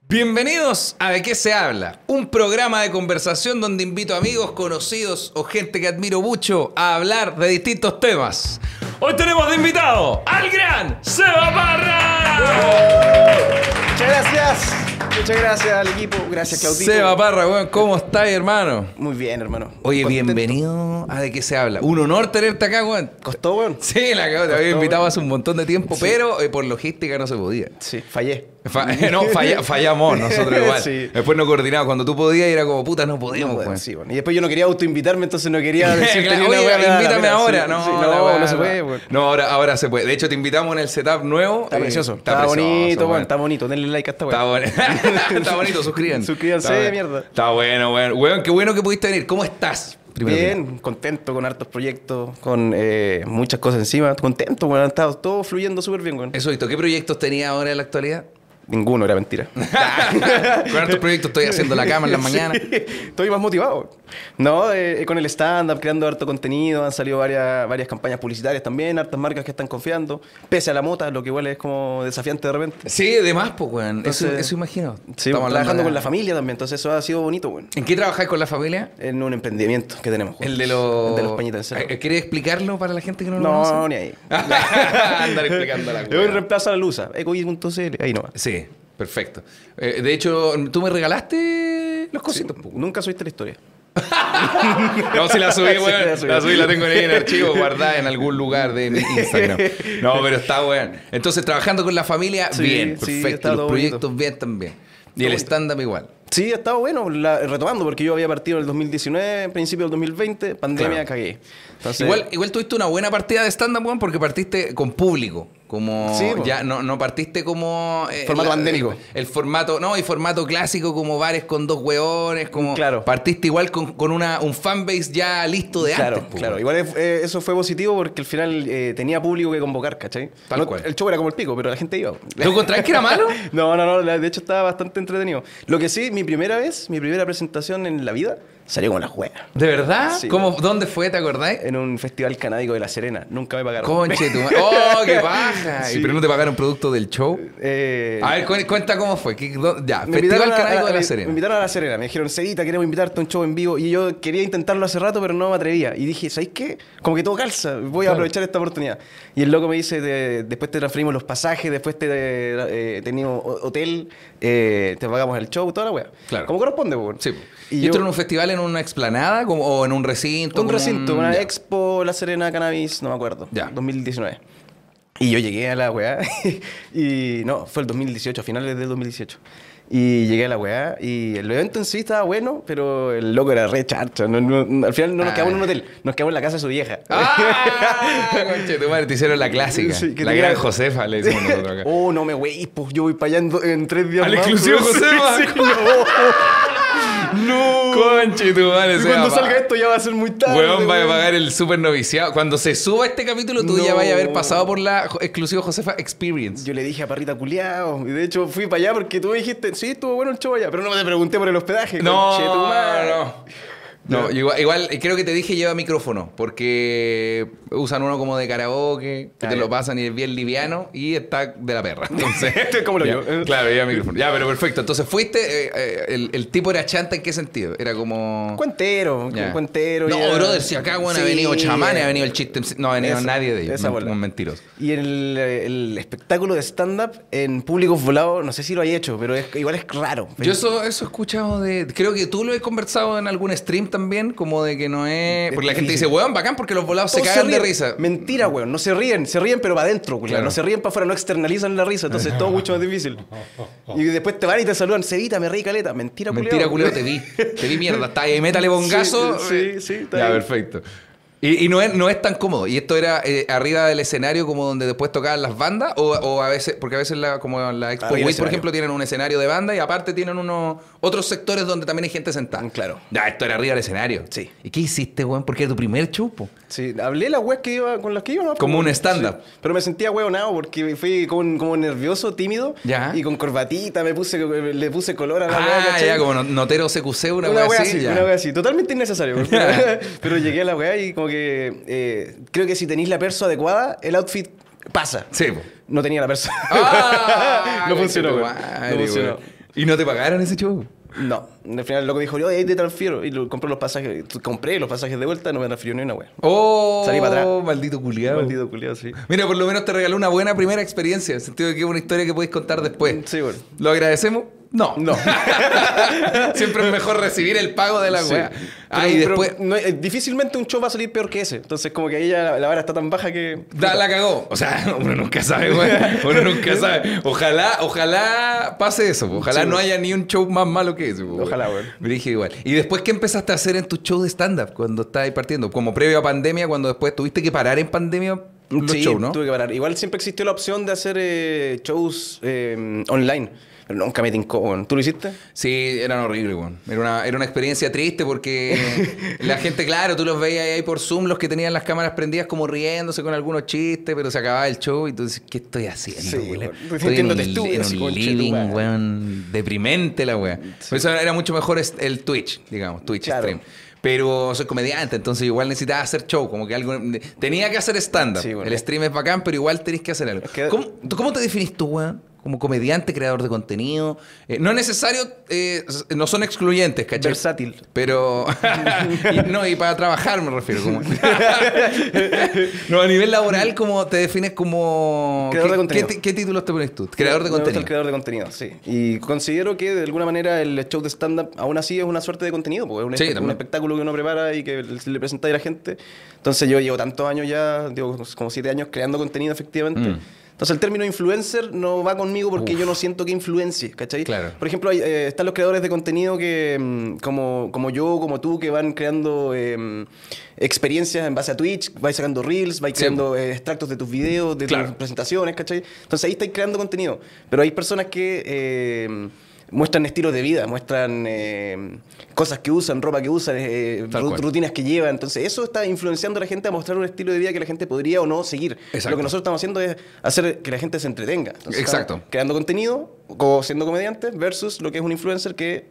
Bienvenidos a ¿De qué se habla? Un programa de conversación donde invito a amigos, conocidos o gente que admiro mucho a hablar de distintos temas. Hoy tenemos de invitado al gran Seba Parra. Muchas gracias. Muchas gracias al equipo. Gracias, Claudito. Seba Parra, weón, ¿cómo estás, hermano? Muy bien, hermano. Oye, Contento. bienvenido a ¿De qué se habla? Un honor tenerte acá, weón. ¿Costó, weón? Sí, la cagó, te había invitado hace un montón de tiempo, Sí. pero por logística no se podía. Sí, fallé. Fallamos nosotros igual. Sí. Después no coordinamos. Cuando tú podías era como, puta, no podíamos, No, weón. sí, bueno. Y después yo no quería autoinvitarme, entonces no quería decirte Claro, ni una oye, weá, nada, invítame mira, ahora. sí, No, sí, la weá, no se puede, weón. No, ahora se puede. De hecho, te invitamos en el setup nuevo. Está precioso. Está precioso, bonito, weón. weón. Está bonito. Denle like a esta Está weón. bueno. Está bonito, suscríbanse. Suscríbanse, Está bueno. mierda. Está bueno, weón. Weón, qué bueno que pudiste venir. ¿Cómo estás? Primero que Bien, contento con hartos proyectos, con muchas cosas encima. Contento, weón. Ha estado todo fluyendo súper bien, weón. nada. Eso, ¿qué proyectos tenías ahora en la actualidad? Ninguno, era mentira. Con hartos proyectos estoy haciendo la cama en las mañanas. Sí, estoy más motivado. No, con el stand-up, creando harto contenido, han salido varias campañas publicitarias también, hartas marcas que están confiando, pese a la mota, lo que igual es como desafiante de repente. Sí, de más, pues, weón. Entonces, Eso imagino. Sí, Estamos hablando trabajando de- con la familia también, entonces eso ha sido bonito, weón. ¿En qué trabajáis con la familia? En un emprendimiento que tenemos. El de juntos. los... El de los pañitos en serio. ¿Quieres explicarlo para la gente que no lo No, conoce? ni ahí. Andar explicando la Es un reemplazo a la Lusa, ecoy.cl, ahí nomás. Sí, perfecto. De hecho, tú me regalaste los cositos. Sí, nunca subiste la historia. No, si la subí, Sí, weón. la subí. La subí, la tengo ahí en archivo, guardada en algún lugar de mi Instagram. No, pero está weón. Entonces, trabajando con la familia, Sí, bien, sí, perfecto. está Los todo proyectos bonito. bien también. Y Está el bonito. stand-up igual. Sí, ha estado bueno, retomando, porque yo había partido en el 2019, en principio del 2020, pandemia, Claro. cagué. Entonces, Igual tuviste una buena partida de stand-up, weón, porque partiste con público. Como Sí, po. ya no partiste como Formato pandémico. El formato, no, y formato clásico como bares con dos hueones, como Claro. partiste igual con un fanbase ya listo de claro, antes, po, claro. weón. Igual eso fue positivo porque al final tenía público que convocar, ¿cachai? Tal cual. El show era como el pico, pero la gente iba. ¿Tú encontrás que era malo? No, de hecho estaba bastante entretenido. Lo que sí, mi primera presentación en la vida, salió con la juega. ¿De verdad? Sí. ¿Dónde fue, te acordáis? En un festival canábico de La Serena. Nunca me pagaron. Conche, tu madre. ¡Oh, qué baja! Sí. ¿Y pero no te pagaron producto del show? A ver, cuenta cómo fue. Ya, me Festival invitaron Canábico de la Me Serena. invitaron a La Serena. Me dijeron, Cedita, queremos invitarte a un show en vivo. Y yo quería intentarlo hace rato, pero no me atrevía. Y dije, ¿sabes qué? Como que todo calza. Voy a Claro. aprovechar esta oportunidad. Y el loco me dice, después te transferimos los pasajes, después te teníamos hotel, te pagamos el show, toda la wea. Claro. Como corresponde, pues. Sí. Y ¿Y yo- esto era en un festival en una explanada o en un recinto? Un como recinto, una ya. expo La Serena Cannabis, no me acuerdo. Ya. 2019. Y yo llegué a la weá y no, fue el 2018, a finales del 2018. Y llegué a la weá y el evento en sí estaba bueno, pero el loco era re charcha. Al final no nos quedamos en un hotel, nos quedamos en la casa de su vieja. ¡Ah! Conche, tu madre, te hicieron la clásica. Sí, que la tenía- gran Josefa, le decimos nosotros acá. Oh, no me wey, pues yo voy para allá en 3 días Al más. exclusivo pues. Josefa. Sí, no. Conche, tu madre. Y Seba, cuando pa- salga esto ya va a ser muy tarde. Weón, va a weón. pagar el super noviciado. Cuando se suba este capítulo, tú ya No. vayas a haber pasado por la exclusiva Josefa Experience. Yo le dije a Parrita culiao. Y de hecho fui para allá porque tú me dijiste, sí, estuvo bueno el show allá. Pero no te pregunté por el hospedaje. conchetumare. No, igual creo que te dije lleva micrófono, porque usan uno como de karaoke, que Ah, te ya. lo pasan y es bien liviano y está de la perra. Entonces, Como lo ya, yo. Claro, lleva micrófono. Ya, pero perfecto. Entonces fuiste, el tipo era chanta, ¿en qué sentido? Era como... Cuentero, Ya. cuentero. No, ya. brother, si acá, bueno, ha Sí, venido chamanes, ha venido el chiste. No ha venido Esa- nadie de ellos. esa bola. Mentiroso. Y el espectáculo de stand-up en públicos volados, no sé si lo hay hecho, pero igual es raro. Yo eso he escuchado de... Creo que tú lo he conversado en algún stream también, como de que no es... Porque la gente dice, difícil. weón, bacán, porque los volados se Todos cagan de ríen. risa. Mentira, weón. No se ríen pero para adentro, weón. Claro. No se ríen para afuera, no externalizan la risa. Entonces todo mucho más difícil. Y después te van y te saludan, Cevita, me reí caleta. Mentira, Mentira, culiao. culero, te vi. Te vi mierda. Está ahí, métale bongazo. Sí, está Ya, ahí. perfecto. Y no es tan cómodo. ¿Y esto era arriba del escenario como donde después tocaban las bandas? ¿O a veces, porque a veces como la Expo Arriba del Week, por escenario. ejemplo, tienen un escenario de banda y aparte tienen otros sectores donde también hay gente sentada? Claro. Ya, esto era arriba del escenario. Sí. ¿Y qué hiciste, weón? Porque era tu primer chupo. Sí, hablé las weas con las que iba, ¿no? Como un Sí. stand-up. Pero me sentía hueonado porque fui como nervioso, tímido. Ya. Y con corbatita le puse color a la wea, Ah, ¿cachai? ya, como notero CQC, una Una wea wea así. así, ya. una wea así. Totalmente innecesario. Ya. Pero llegué a la wea y como que creo que si tenéis la perso adecuada, el outfit pasa. Sí, po. No tenía la perso. Ah, no funcionó, conche tu weón. madre, No funcionó. weón. ¿Y no te pagaron ese show? No, al final el loco dijo, yo ahí te transfiero. Y compré los pasajes de vuelta, no me transfirió ni una wea. ¡Oh! Salí para atrás. Maldito culiado. Maldito culiado, sí. Mira, por lo menos te regaló una buena primera experiencia, en el sentido de que es una historia que podéis contar después. Sí, bueno. ¿Lo agradecemos? No. No. Siempre es mejor recibir el pago de la Sí. wea. Pero, Y después... pero difícilmente un show va a salir peor que ese. Entonces, como que ahí ya la vara está tan baja que... La cagó. O sea, uno nunca sabe, güey. Uno nunca sabe. Ojalá pase eso. Ojalá Sí, no güey. haya ni un show más malo que eso. Güey. Ojalá, güey. Me dije igual. ¿Y después qué empezaste a hacer en tu show de stand-up cuando estabas partiendo? Como previo a pandemia, cuando después tuviste que parar en pandemia los Sí, shows, ¿no? tuve que parar. Igual siempre existió la opción de hacer shows online. Pero nunca me tincó, weón. ¿Tú lo hiciste? Sí, eran horribles, güey. Era una experiencia triste porque la gente, claro, tú los veías ahí por Zoom, los que tenían las cámaras prendidas como riéndose con algunos chistes, pero se acababa el show y tú dices, ¿qué estoy haciendo, Sí, güey? güey. Estoy en Sintiéndote estúpido, así un como, living, chetumare. weón, deprimente la weá. Por eso era mucho mejor el Twitch, digamos, Twitch Claro. stream. Pero soy comediante, entonces igual necesitaba hacer show, como que algo... Tenía que hacer stand-up. Sí, bueno. El stream es bacán, pero igual tenés que hacer algo. Es que- ¿Cómo te definís tú, weón? Como comediante, creador de contenido. No es necesario, no son excluyentes, ¿cachai? Versátil. Pero. y para trabajar me refiero. Como... no, a nivel laboral, ¿cómo te defines como. Creador de contenido. ¿Qué títulos te pones tú? Creador de Me gusta contenido. el creador de contenido, sí. Y considero que de alguna manera el show de stand-up aún así es una suerte de contenido, porque es Sí, un también. espectáculo que uno prepara y que le presenta a la gente. Entonces yo llevo tantos años ya, digo, como 7 años creando contenido efectivamente. Entonces el término influencer no va conmigo porque yo no siento que influencie, ¿cachai? Claro. Por ejemplo, están los creadores de contenido que, como yo, como tú, que van creando experiencias en base a Twitch, vais sacando reels, vais Sí. creando extractos de tus videos, de Claro. tus presentaciones, ¿cachai? Entonces ahí estáis creando contenido. Pero hay personas que muestran estilos de vida, muestran cosas que usan, ropa que usan, Tal cual. rutinas que llevan. Entonces eso está influenciando a la gente a mostrar un estilo de vida que la gente podría o no seguir. Exacto. Lo que nosotros estamos haciendo es hacer que la gente se entretenga. Entonces, Exacto. estamos creando contenido, siendo comediante, versus lo que es un influencer que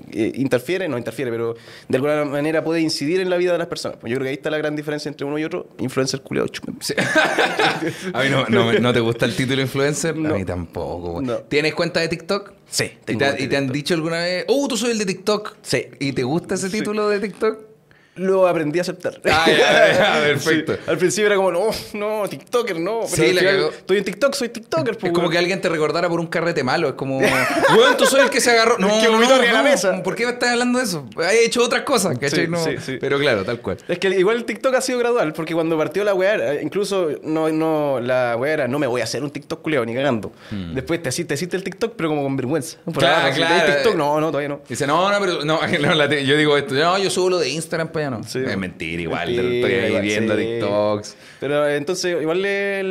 no interfiere, pero de alguna manera puede incidir en la vida de las personas. Pues yo creo que ahí está la gran diferencia entre uno y otro. Influencer culiao, chupa. Sí. A mí no te gusta el título influencer. No. A mí tampoco, güey. No. ¿Tienes cuenta de TikTok? Sí. ¿Y tengo te han dicho alguna vez, tú soy el de TikTok? Sí. ¿Y te gusta ese Sí. título de TikTok? Lo aprendí a aceptar. Ya, perfecto. Sí. Al principio era como, no, TikToker, no. Pero Sí, al la final, cagó. estoy en TikTok, soy TikToker. Es como que alguien te recordara por un carrete malo. Es como, weón, tú soy el que se agarró. No, que vomitó arriba de la mesa. ¿Por qué me estás hablando de eso? He hecho otras cosas, ¿cachai? Sí, No, sí. Pero claro, tal cual. Es que igual el TikTok ha sido gradual, porque cuando partió la weá, incluso la weá era, no me voy a hacer un TikTok culiao, ni cagando. Después te hiciste el TikTok, pero como con vergüenza. Por Claro, abajo, claro. ¿de TikTok? No, todavía no. Dice, no, pero yo digo esto. No, yo subo lo de Instagram para allá, no. Sí. Es mentira, igual. Mentira, Estoy ahí igual, viendo sí. TikToks. Pero entonces, igual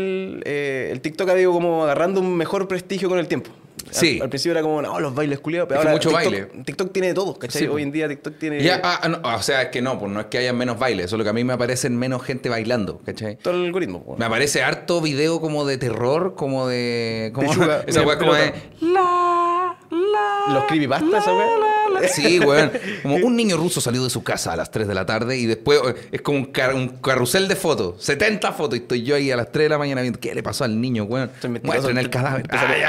el TikTok ha ido como agarrando un mejor prestigio con el tiempo. Sí. Al principio era como, no, los bailes culiados, pero Es que ahora mucho TikTok, baile. TikTok tiene de todo, ¿cachai? Sí, Hoy en día TikTok tiene No, o sea, es que no, pues no es que haya menos bailes, solo que a mí me aparecen menos gente bailando, ¿cachai? todo el algoritmo. po. Me aparece harto video como de terror, como de... Como, Yuga, esa mira, weá como de... pelota. Los creepypastas, esa weá. Sí, weón. Como un niño ruso salió de su casa a las 3 de la tarde y después es como un carrusel de fotos. 70 fotos y estoy yo ahí a las 3 de la mañana viendo qué le pasó al niño, weón. Soy mentiroso. Muestren el cadáver.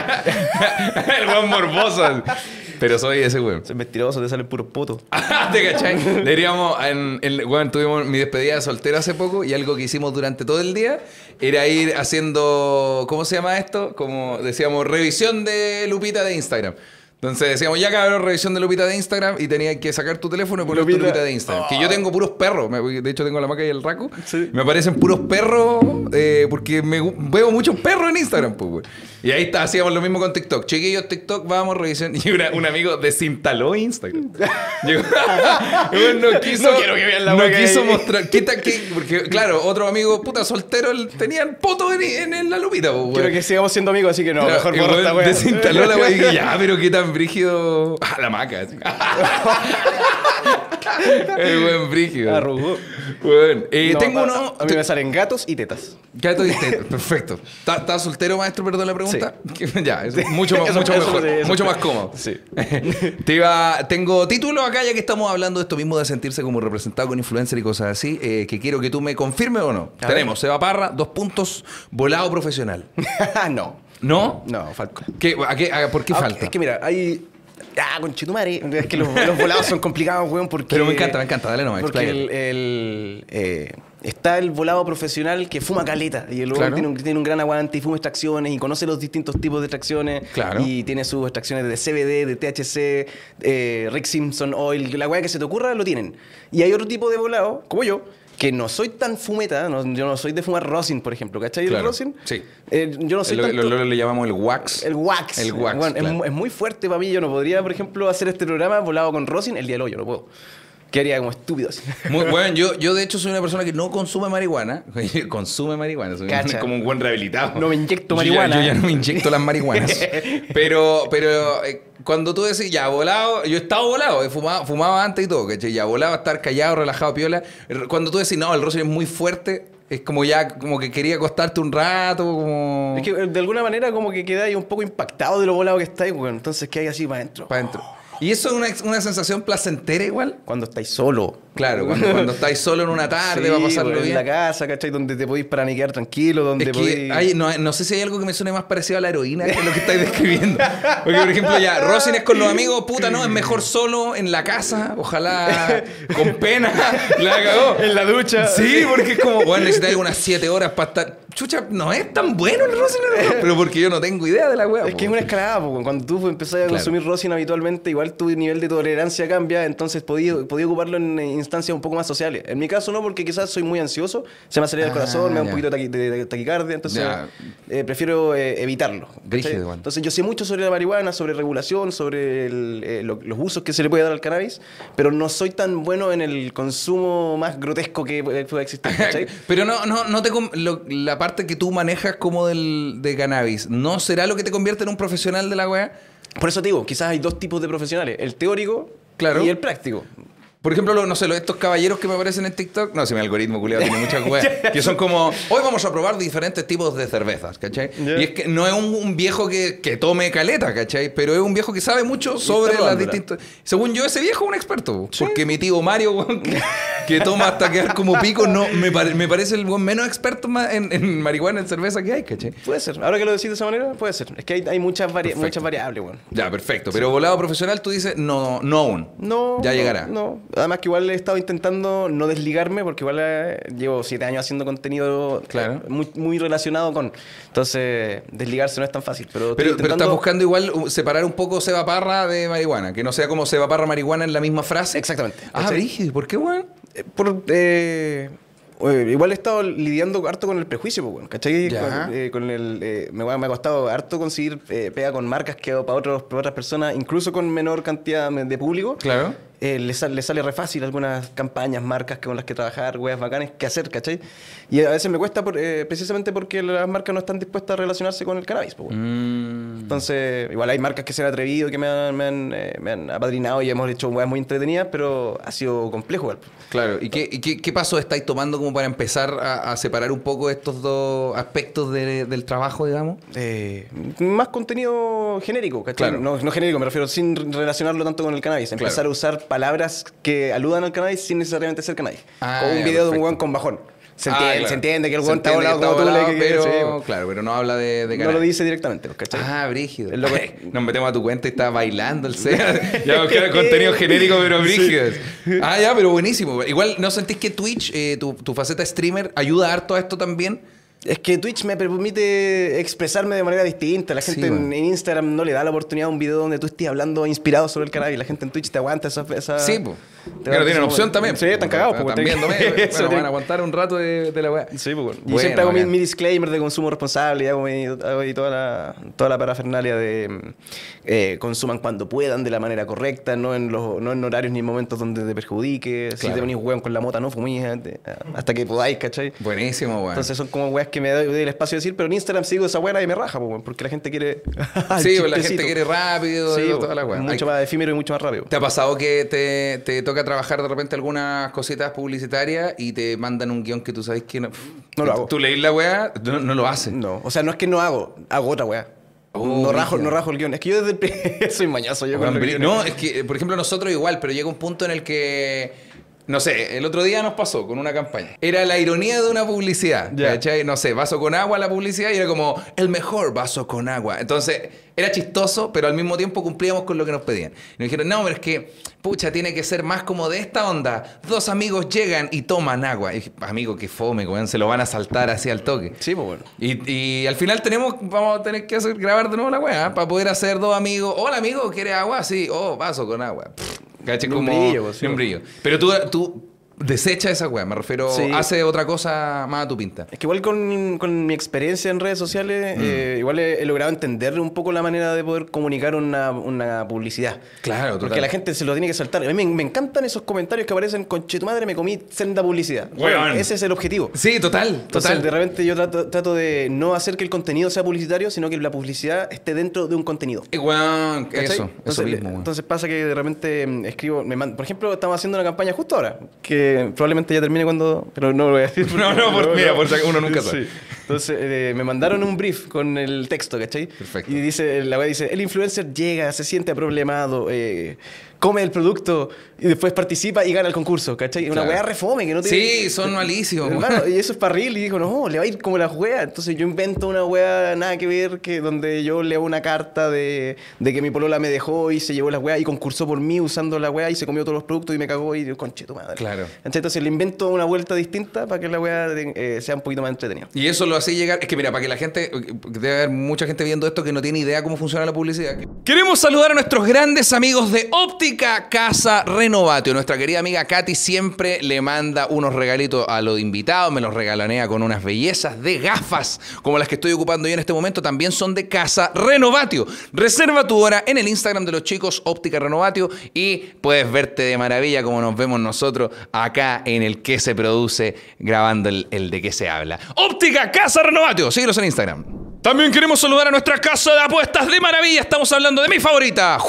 El weón morboso. Pero soy ese weón. Soy mentiroso, te salen puros potos. ¿Te cachai? Deberíamos, bueno, tuvimos mi despedida de soltero hace poco y algo que hicimos durante todo el día era ir haciendo, ¿cómo se llama esto? Como decíamos, revisión de Lupita de Instagram. Entonces decíamos, ya cabrón, revisión de Lupita de Instagram y tenías que sacar tu teléfono y poner tu Lupita de Instagram. Que yo tengo puros perros, de hecho tengo la maca y el raco. Sí. Me aparecen puros perros porque veo muchos perros en Instagram, pues, güey. Y ahí hacíamos lo mismo con TikTok. Chiquillos, TikTok, vamos, revisión. Y un amigo desinstaló Instagram. Llegó, no quiso, No quiero que vean la no wea que quiso hay. mostrar. Porque, claro, otro amigo, puta, soltero, tenían poto en la Lupita, pues, güey. Quiero que sigamos siendo amigos, así que no, Claro, mejor el borra weón esta weá. desinstaló la weá y dije, ya, pero qué tan brígido. La maca. Así. El buen brígido. Arrugó. Bueno, No, tengo uno. A mí me salen gatos y tetas. Gato y teta. Perfecto. ¿Estás soltero, maestro? Perdón la pregunta. Ya, eso, mucho Eso- mucho eso mejor. sí, eso mucho sí. más cómodo. Sí. Tengo título acá, ya que estamos hablando de esto mismo de sentirse como representado con influencer y cosas así, que quiero que tú me confirmes o no. A Tenemos Seba Parra, 2 puntos, volado profesional. No. ¿No? No, falta. ¿Por qué falta? Es que mira, hay Conchetumare. Es que los volados son complicados, weón, porque... Pero me encanta, dale nomás, porque está el volado profesional que fuma caleta y el Claro. tiene un gran aguante y fuma extracciones y conoce los distintos tipos de extracciones. Claro. Y tiene sus extracciones de CBD, de THC, Rick Simpson Oil, la weá que se te ocurra lo tienen. Y hay otro tipo de volado, como yo, que no soy tan fumeta, yo no soy de fumar rosin, por ejemplo, ¿cachai? Claro. El rosin. Sí. Yo no soy tanto... Lo le llamamos el wax. El wax. El wax, Bueno, claro. es muy fuerte para mí. Yo no podría, por ejemplo, hacer este programa volado con rosin el día del hoyo, no puedo. Quedaría como estúpido así. Muy bueno, yo de hecho soy una persona que no consume marihuana. Consume marihuana, soy Cacha. como un buen rehabilitado. No me inyecto Yo ya- marihuana. Yo ya no me inyecto las marihuanas. Pero cuando tú decís, ya, volado, yo he estado volado, fumaba antes y todo, ¿cachai? Ya, volado, estar callado, relajado, piola. Cuando tú decís, no, el rosin es muy fuerte, es como ya, como que quería acostarte un rato, como... Es que de alguna manera como que quedáis un poco impactado de lo volado que estáis, bueno, entonces que hay así para adentro. Para adentro. Y eso es una sensación placentera igual. Cuando estáis solo. Claro, cuando estáis solo en una tarde, va a pasarlo en bien. la casa, ¿cachai? Donde te podéis paraniquear tranquilo, donde Es que podéis... no sé si hay algo que me suene más parecido a la heroína que lo que estáis describiendo. Porque, por ejemplo, ya, Rosin es con los amigos, puta, no, es mejor solo, en la casa, ojalá con pena, la cagó. En la ducha. Sí, porque es como, bueno, necesitáis unas 7 horas para estar... Chucha, no es tan bueno el Rosin, ¿no? Pero porque yo no tengo idea de la weá. Es que es una escalada, po. Cuando tú empezás a consumir rosin habitualmente, igual tu nivel de tolerancia cambia, entonces podía ocuparlo en instancias un poco más sociales. En mi caso no, porque quizás soy muy ansioso, se me acelera el corazón, me da un ya. poquito de taquicardia, entonces Ya. Prefiero evitarlo. ¿cachai? Brígido, igual. Entonces yo sé mucho sobre la marihuana, sobre regulación, sobre los usos que se le puede dar al cannabis, pero no soy tan bueno en el consumo más grotesco que pueda existir, ¿cachai? Pero la parte que tú manejas como de cannabis, ¿no será lo que te convierte en un profesional de la weá? Por eso te digo, quizás hay dos tipos de profesionales, el teórico Claro. y el práctico. Por ejemplo, no sé, estos caballeros que me aparecen en TikTok, no sé, mi algoritmo culiado tiene muchas weas, que son como, hoy vamos a probar diferentes tipos de cervezas, ¿cachai? Yeah. Y es que no es un viejo que tome caleta, ¿cachai? Pero es un viejo que sabe mucho sobre está las probándola. distintas... Según yo, ese viejo es un experto, porque mi tío Mario, weón, que toma hasta quedar como pico, no me parece el weón menos experto en marihuana, en cerveza que hay, ¿cachai? Puede ser. Ahora que lo decís de esa manera, puede ser. Es que hay muchas variables, weón. Ya, perfecto. Pero volado profesional, tú dices, no aún. No. Ya no, llegará. No. Además que igual he estado intentando no desligarme porque igual llevo 7 años haciendo contenido Claro. muy relacionado con... Entonces, desligarse no es tan fácil. Pero Pero intentando... estás buscando igual separar un poco ceba parra de marihuana, que no sea como ceba parra marihuana en la misma frase. Exactamente. Ah, ¿cachai? brígido. ¿Por qué, weón? Igual he estado lidiando harto con el prejuicio, pues, bueno, ¿cachai? Ya. Me ha costado harto conseguir pega con marcas que para otras personas, incluso con menor cantidad de público. Claro. Le sale re fácil algunas campañas, marcas con las que trabajar, weas bacanes que hacer, ¿cachai? Y a veces me cuesta precisamente porque las marcas no están dispuestas a relacionarse con el cannabis, pues, bueno. Entonces, igual hay marcas que se han atrevido, que me han apadrinado y hemos hecho weas muy entretenidas, pero ha sido complejo, igual. Claro. ¿Y qué pasos estáis tomando como para empezar a separar un poco estos dos aspectos del trabajo, digamos? Más contenido genérico, ¿cachai? Claro. No genérico, me refiero sin relacionarlo tanto con el cannabis. Empezar Claro. a usar palabras que aludan al cannabis sin necesariamente ser cannabis. Ah, Como un ya, video de un perfecto. weón con bajón. Se Claro. entiende que el Se weón está entiende volado que como tú volado, le pero, sí, pues. claro, pero no habla de No cannabis. lo dice directamente, ¿cachai? Ah, brígido. Es lo que- Nos metemos a tu cuenta y está bailando el SEA. Ya buscar contenido genérico, pero brígido. Ah, ya, pero buenísimo. Igual, ¿no sentís que Twitch, tu faceta streamer, ayuda harto a esto también? Es que Twitch me permite expresarme de manera distinta. La gente Sí, en bueno. Instagram no le da la oportunidad a un video donde tú estés hablando inspirado sobre el cannabis. La gente en Twitch te aguanta esa... Sí, pues. te Pero aguanta tienen esa- opción también. Sí, están cagados. pues, También, tienen- bueno, Eso van tienen- a aguantar un rato de la weá. Sí, pues, bueno. Y Bueno, siempre hago bacán. mi disclaimer de consumo responsable y hago toda la parafernalia de consuman cuando puedan, de la manera correcta, no en horarios ni en momentos donde te perjudique. Si Claro. te ponís hueón con la mota, no fumís hasta que podáis, ¿cachai? Buenísimo, weón. Entonces son como weas que me doy el espacio de decir, pero en Instagram sigo esa wea y me raja, pues, weón, porque la gente quiere... Sí, pues, la chistecito. gente quiere rápido, Sí, toda la weá. mucho más efímero y mucho más rápido. ¿Te ha pasado que te toca trabajar de repente algunas cositas publicitarias y te mandan un guión que tú sabes que no... No lo hago. Tú leís la weá, no lo haces. No, o sea, no es que no hago otra wea. Oh, no rajo brígido. el guión. Es que yo desde el soy mañoso. Yo con Weón, los guiones. no, es que, por ejemplo, nosotros igual, pero llega un punto en el que No sé, el otro día nos pasó con una campaña. Era la ironía de una publicidad. Ya. ¿Cachai? No sé, vaso con agua la publicidad y era como el mejor vaso con agua. Entonces, era chistoso, pero al mismo tiempo cumplíamos con lo que nos pedían. Y nos dijeron, no, pero es que, pucha, tiene que ser más como de esta onda. Dos amigos llegan y toman agua. Y dije, amigo, qué fome, weón, se lo van a saltar así al toque. Sí, pues bueno. Y al final vamos a tener que grabar de nuevo la weá, para poder hacer dos amigos. Hola, amigo, ¿quieres agua? Sí, vaso con agua. ¿Cachai? Ni un Como brillo, pues, ni un sí. brillo. Pero tú desecha esa weá, me refiero, Sí. hace otra cosa más a tu pinta. Es que igual con mi experiencia en redes sociales, igual he logrado entender un poco la manera de poder comunicar una publicidad. Claro, total. Porque la gente se lo tiene que saltar. A mí me encantan esos comentarios que aparecen, conche tu madre, me comí senda publicidad. Weón. Ese es el objetivo. Sí, total, Entonces, total. de repente yo trato de no hacer que el contenido sea publicitario, sino que la publicidad esté dentro de un contenido. Weón, ¿Cachai? eso Entonces, mismo, weón. entonces pasa que de repente escribo, por ejemplo, estamos haciendo una campaña justo ahora, que probablemente ya termine cuando, pero no lo voy a decir. Mira, por si uno nunca sabe. Sí. Entonces me mandaron un brief con el texto, ¿cachai? Perfecto. Y la web dice, el influencer llega, se siente problemado, come el producto y después participa y gana el concurso, ¿cachai? Una Claro. weá refome que no tiene... Sí, son malísimos. Hermano, y eso es para reel y dijo, no, le va a ir como la wea. Entonces yo invento una wea nada que ver, donde yo leo una carta de que mi polola me dejó y se llevó las weas y concursó por mí usando la wea y se comió todos los productos y me cagó y conche tu madre. Claro. Entonces le invento una vuelta distinta para que la wea sea un poquito más entretenida. Y eso lo hace llegar. Es que mira, para que la gente. Debe haber mucha gente viendo esto que no tiene idea cómo funciona la publicidad. Queremos saludar a nuestros grandes amigos de Óptica Casa Renovatio. Nuestra querida amiga Katy siempre le manda unos regalitos a los invitados. Me los regalanea con unas bellezas de gafas, como las que estoy ocupando yo en este momento. También son de Casa Renovatio. Reserva tu hora en el Instagram de los chicos Óptica Renovatio y puedes verte de maravilla como nos vemos nosotros acá en el que se produce grabando el de qué se habla. Óptica Casa Renovatio. Síguenos en Instagram. También queremos saludar a nuestra casa de apuestas de maravilla. Estamos hablando de mi favorita,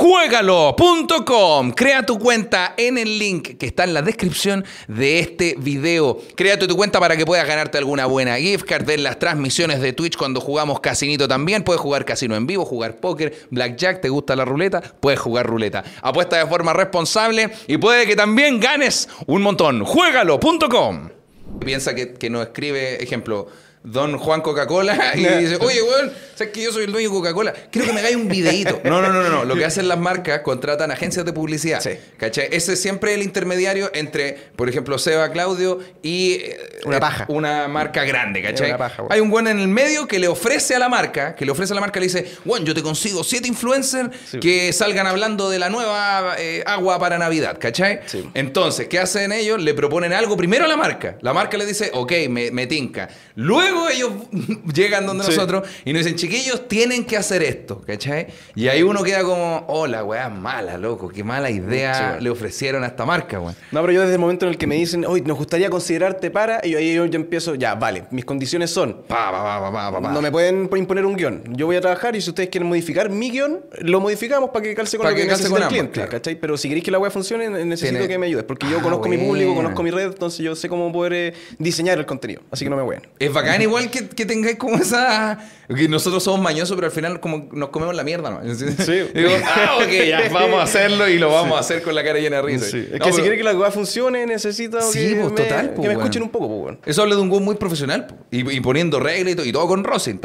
Juégalo.com. Crea tu cuenta en el link que está en la descripción de este video. Crea tu cuenta para que puedas ganarte alguna buena gift card. Ver las transmisiones de Twitch cuando jugamos Casinito también. Puedes jugar casino en vivo, jugar póker, blackjack. ¿Te gusta la ruleta? Puedes jugar ruleta. Apuesta de forma responsable y puede que también ganes un montón. Juégalo.com. Piensa que nos escribe, ejemplo, Don Juan Coca-Cola y dice, oye, weón, ¿sabes que yo soy el dueño de Coca-Cola? Quiero que me hagáis un videíto. No. Lo que hacen las marcas, contratan agencias de publicidad. Sí. ¿Cachai? Ese es siempre el intermediario entre, por ejemplo, Seba, Claudio y Una paja. una marca grande, ¿cachai? Es una paja, weón. Hay un buen en el medio que le ofrece a la marca, le dice, bueno, yo te consigo 7 influencers Sí. que salgan hablando de la nueva agua para Navidad, ¿cachai? Sí. Entonces, ¿qué hacen ellos? Le proponen algo primero a la marca. La marca le dice, ok, me tinca. Luego ellos llegan donde Sí. nosotros y nos dicen, chiquillos, tienen que hacer esto, ¿cachai? Y ahí uno queda como, oh, la weá es mala, loco, qué mala idea Sí, weón. le ofrecieron a esta marca, weón. No, pero yo desde el momento en el que me dicen, hoy nos gustaría considerarte para, y ahí yo empiezo, ya, vale, mis condiciones son, Pa. no me pueden imponer un guión. Yo voy a trabajar y si ustedes quieren modificar mi guión, lo modificamos para que calce con Para lo que que calce necesita con el ambos, cliente, claro. ¿cachai? Pero si queréis que la web funcione, necesito Tiene- que me ayudes, porque yo Ah, conozco mi público, buena. conozco mi red, entonces yo sé cómo poder diseñar el contenido, así que no me voy. Es bacán igual que tengáis como esa... Que nosotros somos mañosos, pero al final como nos comemos la mierda, ¿no? Sí. Digo, ok, ya, vamos a hacerlo y lo vamos a hacer con la cara llena de risa. Sí. Es No, que pero si quiere que la web funcione, necesito Sí, pues, total, pues, que me weón. escuchen un poco, pues, weón. Eso habla de un güey muy profesional po. Y poniendo reglas y todo con Rosen.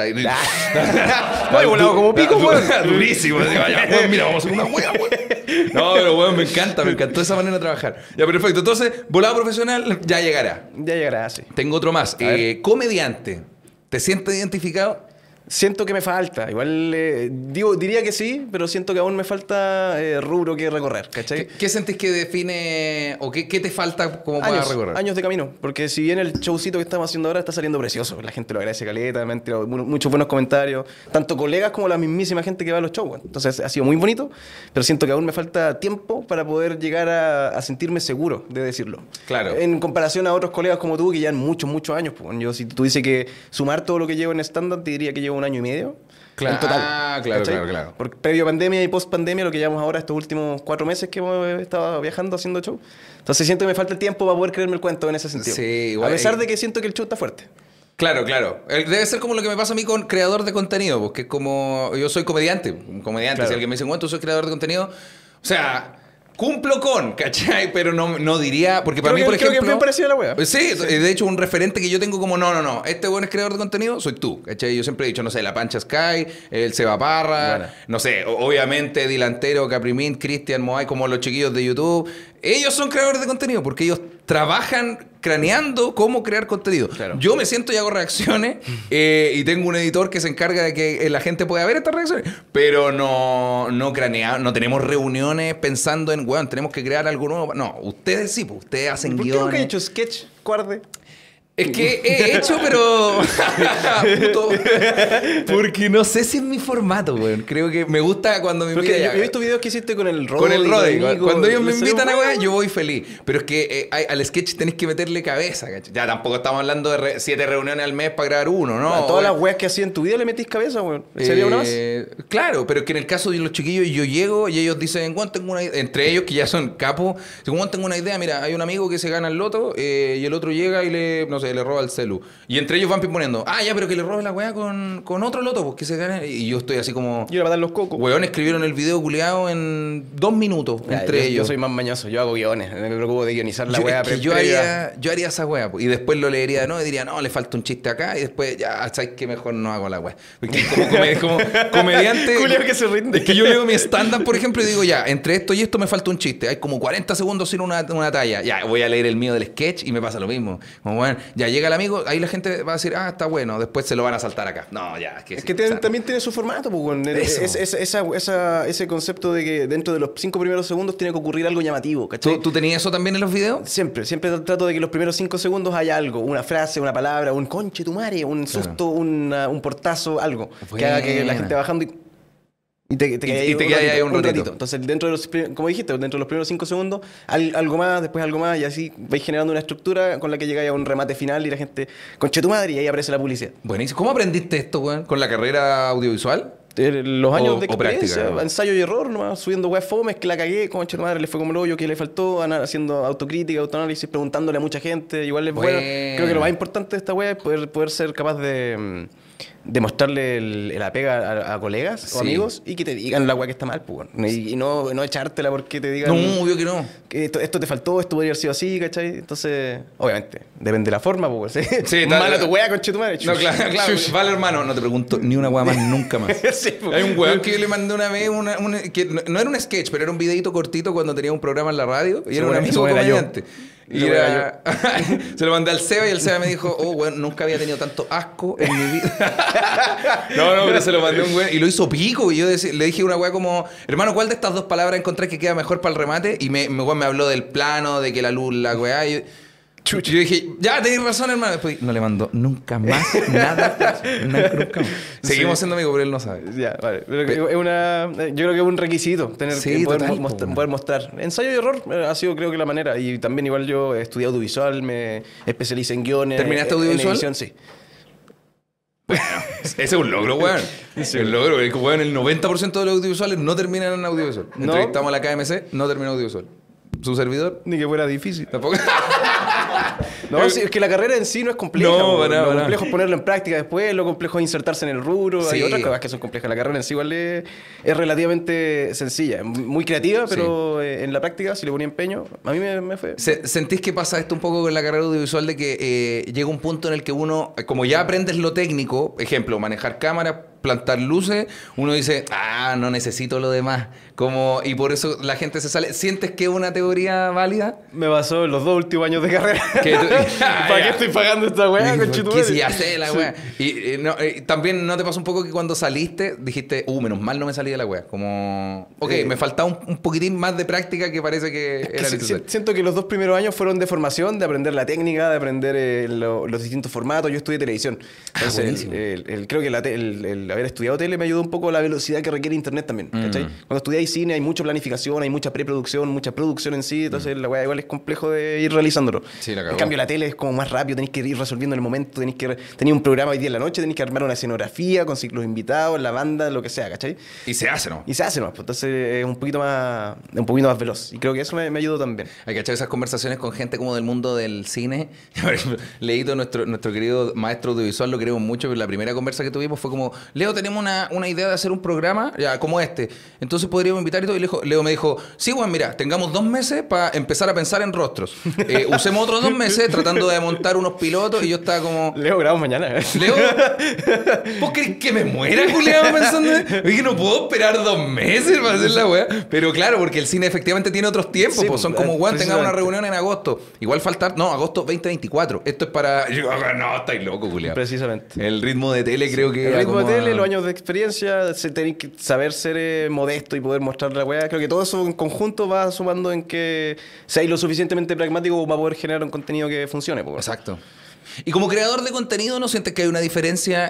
Oye, volado como pico, weón. Durísimo. Digo, ya, weón, mira, vamos a hacer una wea, weón. No, pero weón, me encantó esa manera de trabajar. Ya, perfecto. Entonces, volado profesional ya llegará. Ya llegará, sí. Tengo otro más. A ver. Comediante. ¿Te sientes identificado? Siento que me falta. Igual diría que sí, pero siento que aún me falta rubro que recorrer, ¿cachai? ¿Qué sentís que define o qué te falta como para recorrer? Años de camino. Porque si bien el showcito que estamos haciendo ahora está saliendo precioso, la gente lo agradece caleta, me han tirado muchos buenos comentarios, tanto colegas como la mismísima gente que va a los shows. Bueno. Entonces ha sido muy bonito, pero siento que aún me falta tiempo para poder llegar a sentirme seguro de decirlo. Claro. En comparación a otros colegas como tú que llevan muchos años. Pues. Yo, si tú dices que sumar todo lo que llevo en stand-up, te diría que llevo 1 año y medio. Claro. En total. Ah, claro, ¿cachai? claro. Porque previo pandemia y post pandemia, lo que llevamos ahora, estos últimos 4 meses que hemos estado viajando haciendo show. Entonces siento que me falta el tiempo para poder creerme el cuento en ese sentido. Sí, igual. A pesar de que siento que el show está fuerte. Claro. Debe ser como lo que me pasa a mí con creador de contenido, porque es como yo soy comediante. Un comediante, Claro. si alguien me dice, bueno, tú soy creador de contenido, o sea, cumplo con, ¿cachai? Pero no diría, porque para mí, por ejemplo... Creo que es bien parecido a la wea. Sí, de hecho, un referente que yo tengo como, no, este buen es creador de contenido, soy tú, ¿cachai? Yo siempre he dicho, no sé, La Pancha Sky, el Seba Parra, Bueno. no sé, obviamente Dilantero, Caprimín, Cristian Moay, como los chiquillos de YouTube. Ellos son creadores de contenido porque ellos trabajan craneando cómo crear contenido. Claro. Yo me siento y hago reacciones y tengo un editor que se encarga de que la gente pueda ver estas reacciones, pero no craneamos, no tenemos reuniones pensando en, weón, tenemos que crear algo nuevo. No, ustedes sí, pues ustedes hacen ¿Por qué nunca he guiones. hecho sketch, cuarde? Es que he hecho, pero... Puto. Porque no sé si es mi formato, weón. Creo que me gusta cuando me Porque invitan. yo he visto videos que hiciste con el Rodri. Con el Rodri. Nico, Cuando ellos me les invitan a salió weón, bueno. yo voy feliz. Pero es que al sketch tenés que meterle cabeza, ¿cachai? Ya tampoco estamos hablando de 7 reuniones al mes para grabar uno, ¿no? A todas Weón. las weas que hacía en tu vida le metís cabeza, weón. ¿Sería una más? Claro, pero es que en el caso de los chiquillos yo llego y ellos dicen, Juan, tengo una idea. Entre ellos, que ya son capos, dicen, Juan, tengo una idea. Mira, hay un amigo que se gana el loto y el otro llega y le roba el celu. Y entre ellos van poniendo, ya, pero que le robe la weá con otro loto, pues que se gane. Y yo estoy así como... Yo iba a matar los cocos. Weón, escribieron el video culiado en 2 minutos Ya, entre ellos. Yo soy más mañoso, yo hago guiones. Me preocupo de guionizar la Yo- wea. es que previa. yo haría esa weá, pues, y después lo leería de nuevo y diría, no, le falta un chiste acá, y después, ya, sabes que mejor no hago la weá. Porque como comediante. Culiao que se rinde. Es que yo leo mi stand-up, por ejemplo, y digo, ya, entre esto y esto me falta un chiste. Hay como 40 segundos sin una talla. Ya, voy a leer el mío del sketch y me pasa lo mismo. Como, bueno, ya llega el amigo, ahí la gente va a decir, está bueno, después se lo van a saltar acá. No, ya, es que Es sí, que o sea, también tiene su formato, pues, weón. Eso. Ese concepto de que dentro de los 5 primeros segundos tiene que ocurrir algo llamativo, ¿cachai? ¿Tú tenías eso también en los videos? Siempre trato de que los primeros 5 segundos haya algo, una frase, una palabra, un conche tu madre, un susto, un portazo, algo que haga que la Buena. gente bajando y te quede ahí un ratito. Entonces, dentro de los, como dijiste, dentro de los primeros 5 segundos, algo más, después algo más, y así vais generando una estructura con la que llegáis a un remate final y la gente, conche tu madre, y ahí aparece la publicidad. Buenísimo. ¿Cómo aprendiste esto, weón? ¿Con la carrera audiovisual? Los años de o práctica, experiencia, ¿no? ensayo y error, nomás, subiendo weas fomes, que la cagué, como tu madre, le fue como el hoyo, que le faltó, haciendo autocrítica, autoanálisis, preguntándole a mucha gente, igual es bueno. Creo que lo más importante de esta wea es poder ser capaz de mostrarle la pega a colegas o Sí. amigos y que te digan la wea que está mal, pues, weón. Y no echártela porque te digan No, obvio que no. que esto te faltó, esto podría haber sido así, ¿cachai? Entonces, obviamente, depende de la forma, pues, ¿sí? Sí, Mala tu wea, conchetumare. No, claro. Vale, hermano, no te pregunto ni una weá más nunca más. Sí, pues. Hay un weón que yo le mandé una vez, que no era un sketch, pero era un videito cortito cuando tenía un programa en la radio y era un amigo comediante. Y se lo mandé al Seba y el Seba me dijo, weón, nunca había tenido tanto asco en mi vida. no, pero se lo mandé a un weón y lo hizo pico. Y yo le dije una weá como, hermano, ¿cuál de estas 2 palabras encontré que queda mejor para el remate? Y weón me habló del plano, de que la luz, la weá. Y yo dije, ya, tenés razón, hermano. Después no le mandó nunca más nada. Nunca más. Seguimos siendo amigos, pero él no sabe. Ya, vale. Pero es yo creo que es un requisito tener Sí, que poder, total, poder mostrar. Ensayo y error ha sido, creo que, la manera. Y también, igual, yo estudié audiovisual, me especialicé en guiones. ¿Terminaste en audiovisual? edición, sí. Ese es un logro, weón. El logro, weón, el 90% de los audiovisuales no terminan en audiovisual. No. Entrevistamos a la KMC, no terminó audiovisual. ¿Su servidor? Ni que fuera difícil. Tampoco. No, sí, es que la carrera en sí no es compleja. No, po. para nada, Lo para complejo es ponerlo en práctica después, lo complejo es insertarse en el rubro. Sí. Hay otras cosas que son complejas. La carrera en sí igual es relativamente sencilla, muy creativa, pero en la práctica, si le ponía empeño, a mí me fue. ¿Sentís que pasa esto un poco con la carrera audiovisual de que llega un punto en el que uno, como ya aprendes lo técnico, ejemplo, manejar cámaras, plantar luces, uno dice, no necesito lo demás. Y por eso la gente se sale. ¿Sientes que es una teoría válida? Me basó en los 2 últimos años de carrera. Que ¿Para qué estoy pagando esta weá, conchetumare? Que si ya sé la weá. Y también no te pasó un poco que cuando saliste dijiste, menos mal no me salí de la weá. Como, me faltaba un poquitín más de práctica que parece que era necesario. Siento que los 2 primeros años fueron de formación, de aprender la técnica, de aprender los distintos formatos. Yo estudié televisión. Entonces, creo que el haber estudiado tele me ayudó un poco a la velocidad que requiere internet también. ¿Cachai? Cuando estudiáis cine hay mucha planificación, hay mucha preproducción, mucha producción en sí. Entonces la weá igual es complejo de ir realizándolo. Sí, la cagó. En cambio la tele es como más rápido, tenéis que ir resolviendo en el momento, tenéis un programa hoy día en la noche, tenéis que armar una escenografía con ciclos invitados, la banda, lo que sea, ¿cachai? Y se hace, ¿no? Y se hace, ¿no? Entonces es un poquito más veloz. Y creo que eso me ayudó también. Hay que echar esas conversaciones con gente como del mundo del cine. Por ejemplo, Leito, nuestro querido maestro audiovisual, lo queremos mucho, pero la primera conversa que tuvimos fue como, Leo, tenemos una idea de hacer un programa ya como este. Entonces podríamos invitar y todo. Y Leo me dijo, sí, Juan, mira, tengamos 2 meses para empezar a pensar en rostros. Usemos otros 2 meses tratando de montar unos pilotos. Y yo estaba como... Leo, grabamos mañana. Leo, ¿vos querés que me muera, Julián, pensando? Oye, no puedo esperar 2 meses para hacer la weá. Pero claro, porque el cine efectivamente tiene otros tiempos. Sí, pues son como, weón, tengamos una precisamente. reunión en agosto. Igual faltar... No, agosto 2024. Esto es para... Yo, no, estáis loco, Julián. Precisamente. El ritmo de tele creo que... El ritmo de como tele, a- los años de experiencia, tenéis que saber ser modesto y poder mostrar la weá. Creo que todo eso en conjunto va sumando en que seáis lo suficientemente pragmático como para poder generar un contenido que funcione. Pues. Exacto. Y como creador de contenido, ¿no sientes que hay una diferencia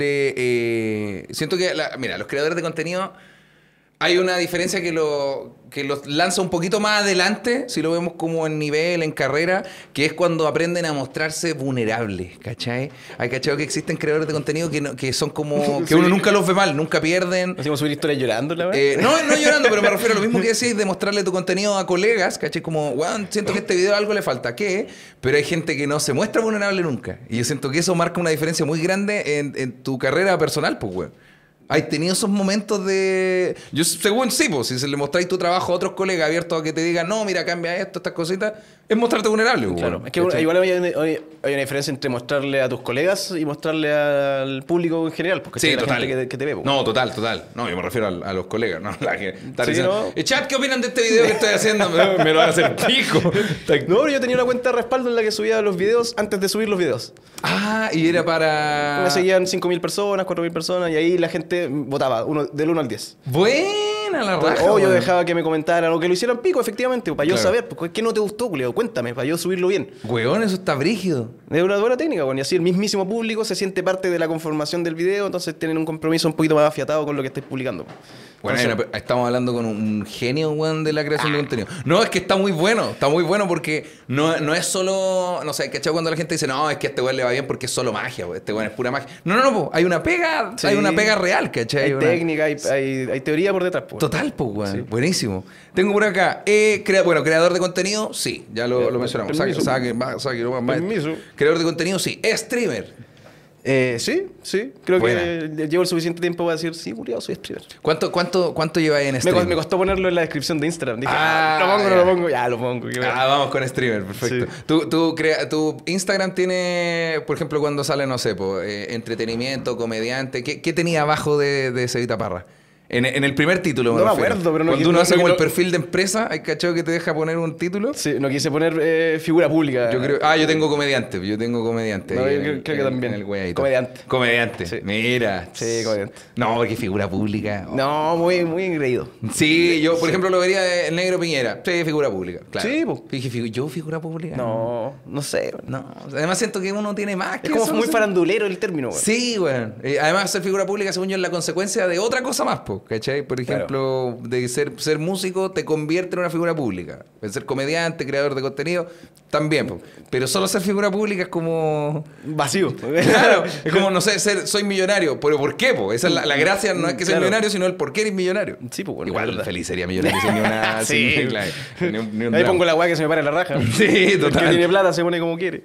entre... siento que, mira, los creadores de contenido... Hay una diferencia que los lanza un poquito más adelante, si lo vemos como en nivel, en carrera, que es cuando aprenden a mostrarse vulnerables, ¿cachai? Hay cachado que existen creadores de contenido que son como... que Sí. uno nunca los ve mal, nunca pierden. Hacemos subir historias llorando, la weá. No llorando, pero me refiero a lo mismo que decís de mostrarle tu contenido a colegas, ¿cachai? Como, weón, siento que este video algo le falta, ¿qué? Pero hay gente que no se muestra vulnerable nunca. Y yo siento que eso marca una diferencia muy grande en tu carrera personal, pues, weón. ¿Has tenido esos momentos de...? Yo, según sí, pues, si se le mostráis tu trabajo a otros colegas abiertos a que te digan, no, mira, cambia esto, estas cositas, es mostrarte vulnerable, pues, Claro, weón. es que ¿Cachai? igual hay una diferencia entre mostrarle a tus colegas y mostrarle al público en general, porque Sí, la total. gente que te ve. pues. No, total. No, yo me refiero a los colegas, ¿no? La que está Sí, diciendo, ¿no? chat, ¿qué opinan de este video que estoy haciendo? Me lo van a hacer pico. No, pero yo tenía una cuenta de respaldo en la que subía los videos antes de subir los videos. Ah, y era para... Me seguían 5.000 personas, 4.000 personas, y ahí la gente votaba del 1 al 10. Buena la raja. O yo weón. dejaba que me comentaran o que lo hicieran pico, efectivamente, para yo Claro. saber, pues, ¿qué no te gustó, Julio? Cuéntame, para yo subirlo bien. Weón, eso está brígido. Es una buena técnica, bueno, y así el mismísimo público se siente parte de la conformación del video, entonces tienen un compromiso un poquito más afiatado con lo que estáis publicando. Bueno, Entonces, estamos hablando con un genio, weón, de la creación de contenido. No, es que está muy bueno porque no es solo, no sé, ¿cachai? Cuando la gente dice, no, es que a este weón le va bien porque es solo magia, weón, este weón es pura magia. No, po, hay una pega, Sí. hay una pega real, ¿cachai? hay Una- técnica, hay teoría por detrás. Pues. Total, pues, weón. Sí. Buenísimo. Tengo por acá, creador de contenido, sí, ya lo mencionamos. Permiso. Sáquelo, Permiso. Creador de contenido, sí. Streamer. Sí, creo Buena. que llevo el suficiente tiempo para decir, sí, Julio, soy streamer. ¿Cuánto lleva en Me streamer? costó ponerlo en la descripción de Instagram. Dije, Ah, ¿lo pongo o no ya. lo pongo? Ya, lo pongo. qué bueno. Vamos con streamer, perfecto. Sí. Tu Instagram tiene, por ejemplo, cuando sale, no sé, entretenimiento, comediante, ¿qué tenía abajo de Cevita Parra? En el primer título, No me refiero. acuerdo, pero no Cuando quise- uno no- hace no- como el no- perfil de empresa, hay cachado que te deja poner un título. Sí, no quise poner figura pública. Yo tengo comediante. Yo tengo comediante. No, ahí yo en creo que también. En el weadito. Comediante. Comediante. Sí. Mira. Sí, comediante. No, porque figura pública. No, muy engreído. Sí, yo, por ejemplo, lo vería el Negro Piñera. Sí, figura pública. Claro. Sí, po. Dije, ¿yo figura pública? No sé. No. Además siento que uno tiene más que Es como eso, muy ¿sí? farandulero el término, güey. Sí, weón. Además, ser figura pública, según yo, es la consecuencia de otra cosa más, po, ¿cachai? Por ejemplo, de ser músico te convierte en una figura pública. Ser comediante, creador de contenido, también, po. Pero solo ser figura pública es como... Vacío. Claro, es como, no sé, soy millonario. ¿Pero por qué, po? Esa es la gracia, no es que seas Claro. millonario, sino el por qué eres millonario. Sí, pues bueno. Igual es verdad. feliz sería millonario sin ni una... Sí. sin- claro, ni un Ahí drama. pongo la weá que se me para en la raja. Sí, El total. que tiene plata se pone como quiere.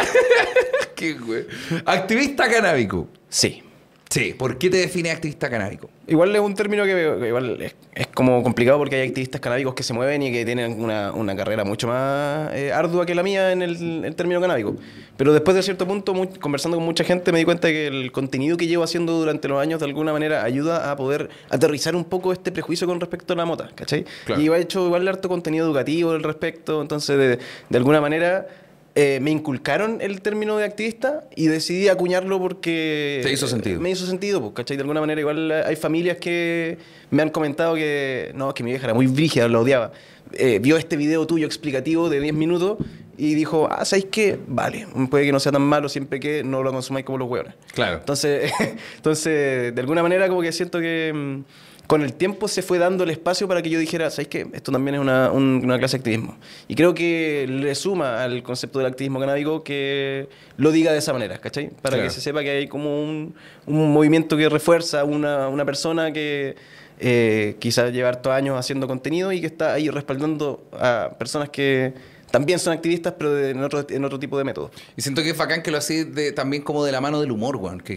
Qué güey. Activista canábico. Sí. Sí, ¿por qué te define activista canábico? Igual es un término que igual es como complicado porque hay activistas canábicos que se mueven y que tienen una carrera mucho más ardua que la mía en el término canábico. Pero después de cierto punto, conversando con mucha gente, me di cuenta que el contenido que llevo haciendo durante los años de alguna manera ayuda a poder aterrizar un poco este prejuicio con respecto a la mota, ¿cachai? Claro. Y he hecho igual harto contenido educativo al respecto, entonces de alguna manera... me inculcaron el término de activista y decidí acuñarlo porque... Te hizo sentido. Me hizo sentido, pues, ¿cachai? De alguna manera igual hay familias que me han comentado que... No, que mi vieja era muy brígida, la odiaba. Vio este video tuyo explicativo de 10 minutos y dijo, ¿sabéis qué? Vale, puede que no sea tan malo siempre que no lo consumáis como los hueones. Claro. Entonces, de alguna manera como que siento que... con el tiempo se fue dando el espacio para que yo dijera, ¿sabes qué? Esto también es una clase de activismo. Y creo que le suma al concepto del activismo canábico que lo diga de esa manera, ¿cachai? Para Claro. que se sepa que hay como un movimiento que refuerza una persona que quizás lleva hartos años haciendo contenido y que está ahí respaldando a personas que también son activistas, pero en otro tipo de métodos. Y siento que es bacán que lo hacís también como de la mano del humor, weón. Que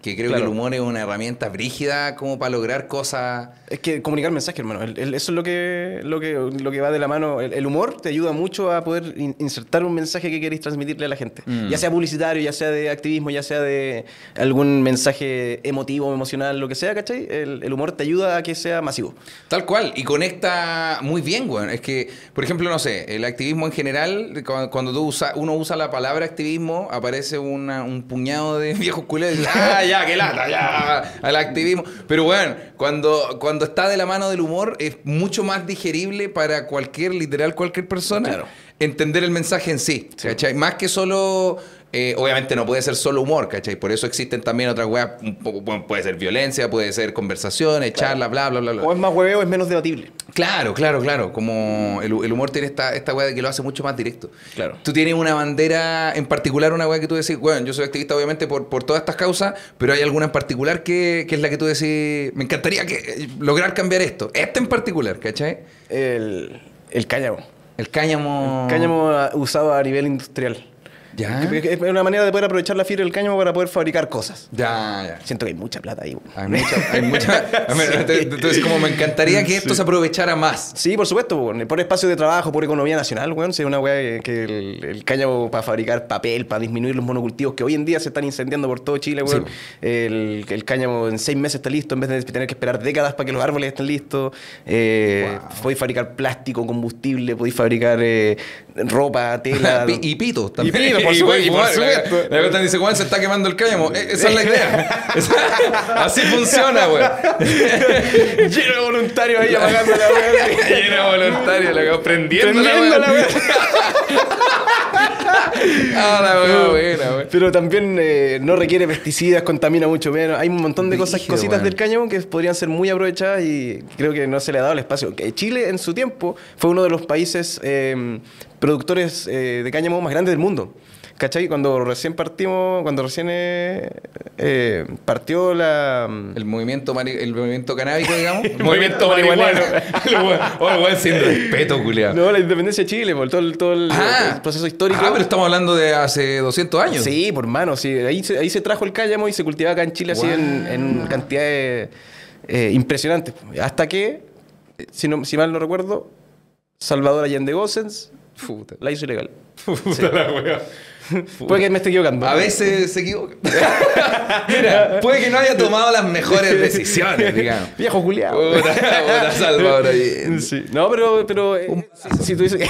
que creo Claro. que el humor es una herramienta brígida como para lograr cosas. Es que comunicar mensajes, hermano. Eso es lo que va de la mano. El humor te ayuda mucho a poder insertar un mensaje que queréis transmitirle a la gente. Ya sea publicitario, ya sea de activismo, ya sea de algún mensaje emotivo, emocional, lo que sea, ¿cachai? El humor te ayuda a que sea masivo. Tal cual, y conecta muy bien, weón. Es que, por ejemplo, no sé, el activismo en general, cuando uno usa la palabra activismo, aparece un puñado de viejos culeros y dicen, ah, ya, qué lata, ya, al activismo. Pero bueno, cuando está de la mano del humor, es mucho más digerible para literal cualquier persona, Claro. entender el mensaje en sí, ¿cachai? Más que solo... obviamente no puede ser solo humor, ¿cachai? Por eso existen también otras weas, un poco, bueno, puede ser violencia, puede ser conversaciones, charlas, bla, bla, bla, bla. O es más hueveo, es menos debatible. Claro. Como el humor tiene esta wea de que lo hace mucho más directo. Claro. Tú tienes una bandera en particular, una wea que tú decís, bueno, yo soy activista obviamente por todas estas causas, pero hay alguna en particular que es la que tú decís, me encantaría lograr cambiar esto. Esta en particular, ¿cachai? El cáñamo. El cáñamo... Cáñamo usado a nivel industrial. Ya. Es una manera de poder aprovechar la fibra del cáñamo para poder fabricar cosas. Ya. Siento que hay mucha plata ahí. Güey. Hay mucha... Entonces, como me encantaría que esto se aprovechara más. Sí, por supuesto, güey. Por espacio de trabajo, por economía nacional, weón. Sí, una weá que el cáñamo para fabricar papel, para disminuir los monocultivos que hoy en día se están incendiando por todo Chile, weón. Sí. El cáñamo en 6 meses está listo en vez de tener que esperar décadas para que los árboles estén listos. Podéis fabricar plástico, combustible, podéis fabricar ropa, tela. Y pito también. Y pito, por supuesto. La cosa dice, Juan, se está quemando el cáñamo. Esa es la idea. Así funciona, güey. Lleno de voluntarios ahí apagando la weá. Lleno de voluntarios, la weá, prendiendo la weá. Ah, la weá buena, güey. Pero también no requiere pesticidas, contamina mucho menos. Hay un montón de Brígido, cositas weón. del cáñamo que podrían ser muy aprovechadas y creo que no se le ha dado el espacio. Que Chile en su tiempo fue uno de los países productores de cáñamo más grandes del mundo. ¿Cachai? Cuando recién partió El movimiento canábico, digamos. El movimiento marihuanero. El weón sin respeto, culiado. No, la independencia de Chile, por todo el proceso histórico. Pero estamos hablando de hace 200 años. Sí, por mano, sí. Ahí se trajo el cáñamo y se cultivaba acá en Chile así en cantidades impresionantes. Hasta que, si mal no recuerdo, Salvador Allende Gossens la hizo ilegal. Puta la weá. Puede que me esté equivocando. A veces se equivoca. Mira, puede que no haya tomado las mejores decisiones, digamos. Viejo culiado. Puta Salvador ahí. Sí. No, pero si tú dices que...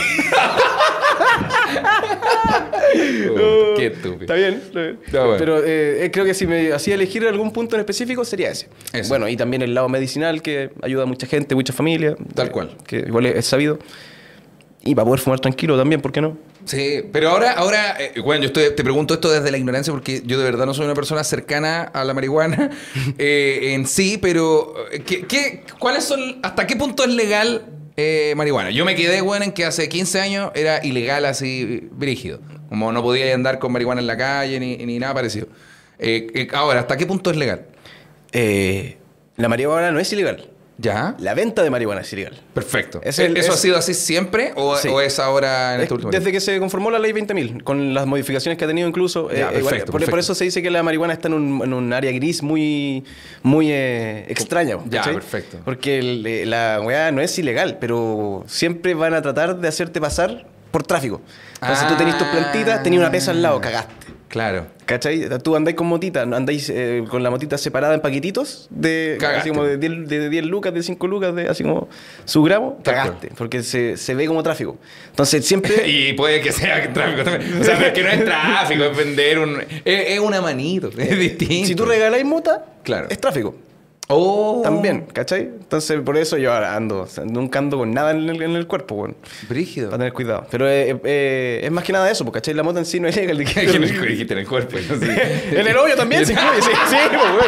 Qué estúpido. Está bien. Ya, bueno. Pero creo que si me hacía elegir algún punto en específico sería ese. Eso. Bueno, y también el lado medicinal que ayuda a mucha gente, mucha familia. Tal cual. Que igual es sabido. Y para poder fumar tranquilo también, ¿por qué no? Sí, pero ahora bueno, te pregunto esto desde la ignorancia porque yo de verdad no soy una persona cercana a la marihuana en sí, pero ¿hasta qué punto es legal marihuana? Yo me quedé, bueno, en que hace 15 años era ilegal así, brígido. Como no podía andar con marihuana en la calle ni nada parecido. Ahora, ¿hasta qué punto es legal? La marihuana no es ilegal. ¿Ya? La venta de marihuana es ilegal. Perfecto. ¿Eso ha sido así siempre Sí. o es ahora en este último Desde tiempo? que se conformó la ley 20.000, con las modificaciones que ha tenido incluso. Ya, perfecto, por perfecto. eso se dice que la marihuana está en un área gris muy extraña. Ya, ¿cachai? perfecto. Porque la weá no es ilegal, pero siempre van a tratar de hacerte pasar por tráfico. Entonces tú tenés tus plantitas, tenías una pesa al lado, cagaste. Claro. ¿Cachai? Tú andáis con motita, andáis con la motita separada en paquetitos Cagaste. así como de 10 lucas, de 5 lucas, así como su gramo, cagaste, porque se ve como tráfico. Entonces siempre... Y puede que sea tráfico también. O sea, pero es que no es tráfico, es vender es una manito, es distinto. si tú regaláis mota, Claro. es tráfico. Oh. También, ¿cachai? Entonces por eso yo ahora nunca ando con nada en el cuerpo, weón. Brígido. Para tener cuidado. Pero es más que nada eso, porque ¿cachai? La mota en sí no es ilegal. Dijiste en el cuerpo. ¿No? Sí. En el hoyo también se incluye, sí,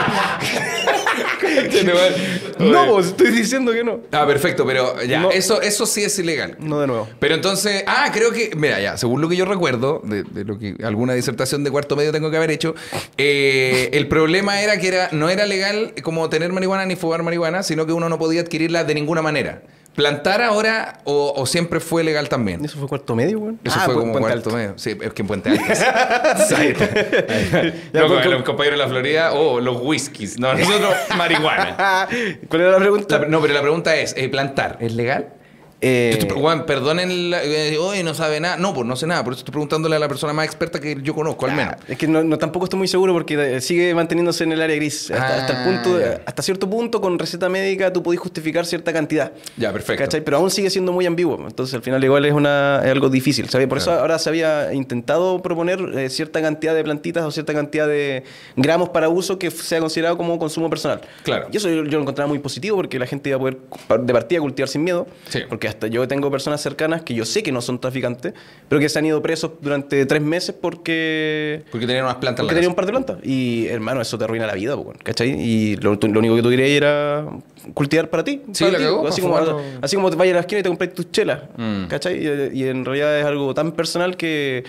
pues, weón. No, pues estoy diciendo que no. Ah, perfecto, pero ya, No. eso sí es ilegal. No de nuevo. Pero entonces, creo que, mira, ya, según lo que yo recuerdo, de lo que alguna disertación de cuarto medio tengo que haber hecho, el problema era que no era legal como tener marihuana ni fumar marihuana, sino que uno no podía adquirirla de ninguna manera. ¿Plantar ahora o siempre fue legal también? ¿Eso fue cuarto medio, weón? Eso fue como Puente cuarto Alto. medio. Sí, es que en Puente Alto. Sí. Ahí está. No, como los compañeros de la Florida, los whiskies. No, nosotros marihuana. ¿Cuál era la pregunta? No, pero la pregunta es, ¿plantar es legal? Juan, perdonen, hoy no sabe nada. No, pues no sé nada. Por eso estoy preguntándole a la persona más experta que yo conozco, al menos. Es que no, tampoco estoy muy seguro porque sigue manteniéndose en el área gris. Hasta el punto, Ya. hasta cierto punto, con receta médica, tú podés justificar cierta cantidad. Ya, perfecto. ¿Cachai? Pero aún sigue siendo muy ambiguo. Entonces, al final, igual es algo difícil. ¿Sabes? Por eso ahora se había intentado proponer cierta cantidad de plantitas o cierta cantidad de gramos para uso que sea considerado como consumo personal. Claro. Y eso yo lo encontraba muy positivo porque la gente iba a poder, de partida, cultivar sin miedo. Sí. Porque hasta yo tengo personas cercanas que yo sé que no son traficantes, pero que se han ido presos durante 3 meses porque Porque tenían unas plantas en porque la tenía un casa. par de plantas. Y, hermano, eso te arruina la vida, po, ¿cachai? Y lo único que tú querías era cultivar para ti. Sí, para la ti. cagó, Así pa' como, fumarlo. así como te vayas a la esquina y te compras tus chelas, Mm. ¿cachai? Y en realidad es algo tan personal que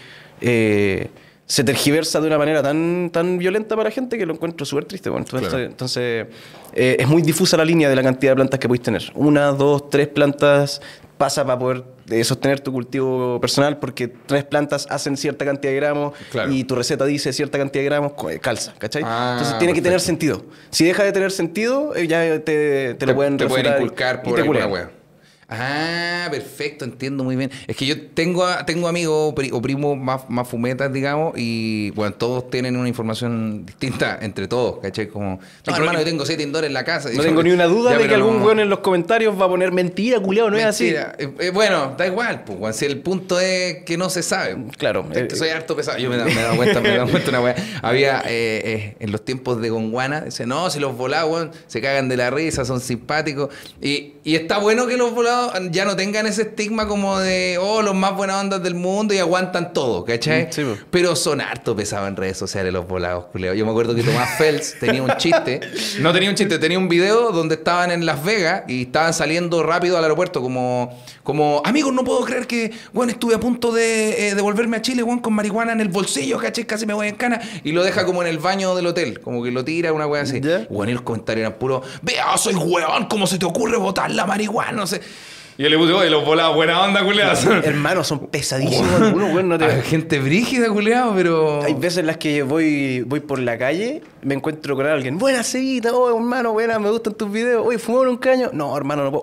se tergiversa de una manera tan violenta para la gente que lo encuentro súper triste. Bueno. Entonces es muy difusa la línea de la cantidad de plantas que podéis tener. 1, 2, 3 plantas pasa para poder sostener tu cultivo personal porque 3 plantas hacen cierta cantidad de gramos Claro. y tu receta dice cierta cantidad de gramos, calza, ¿cachai? Ah, Entonces tiene que tener perfecto. sentido. Si deja de tener sentido, ya te lo pueden te pueden refutar inculcar y por te alguna culean. wea. Ah, perfecto, entiendo muy bien. Es que yo tengo amigos o primos más fumetas, digamos, y bueno, todos tienen una información distinta entre todos, ¿cachai? Como, no, hermano, yo tengo 7 indoors en la casa. No tengo ni una duda Ya, de que pero algún no- weón en los comentarios va a poner mentira, culiao, no es así. Mentira. Bueno, da igual, pues, weón, si el punto es que no se sabe. Claro. Soy harto pesado. Yo me he dado cuenta una weá. Había en los tiempos de Gonguana, dice, no, si los volados, weón, se cagan de la risa, son simpáticos. Y está bueno que los volados ya no tengan ese estigma como de, los más buenas ondas del mundo y aguantan todo, ¿cachai? Sí, pues. Pero son harto pesados en redes sociales los volados, culeo. Yo me acuerdo que Tomás Fels tenía un chiste. No tenía un chiste, tenía un video donde estaban en Las Vegas y estaban saliendo rápido al aeropuerto como amigos, no puedo creer que, bueno, estuve a punto de devolverme a Chile, bueno, con marihuana en el bolsillo, ¿cachai? Casi me voy en cana. Y lo deja como en el baño del hotel, como que lo tira, una wea así. ¿Ya? Bueno, y los comentarios eran puros, vea, soy hueón, ¿cómo se te ocurre botar la marihuana? No sé. Y yo le puse, oye, los volados, buena onda, culeado. Hermano, son pesadísimos algunos, weón. No te... Hay gente brígida, culeado, pero... Hay veces en las que voy por la calle, me encuentro con alguien. Buena cevita, hermano, buena, me gustan tus videos. Oye, ¿fumamos un caño? No, hermano, no puedo.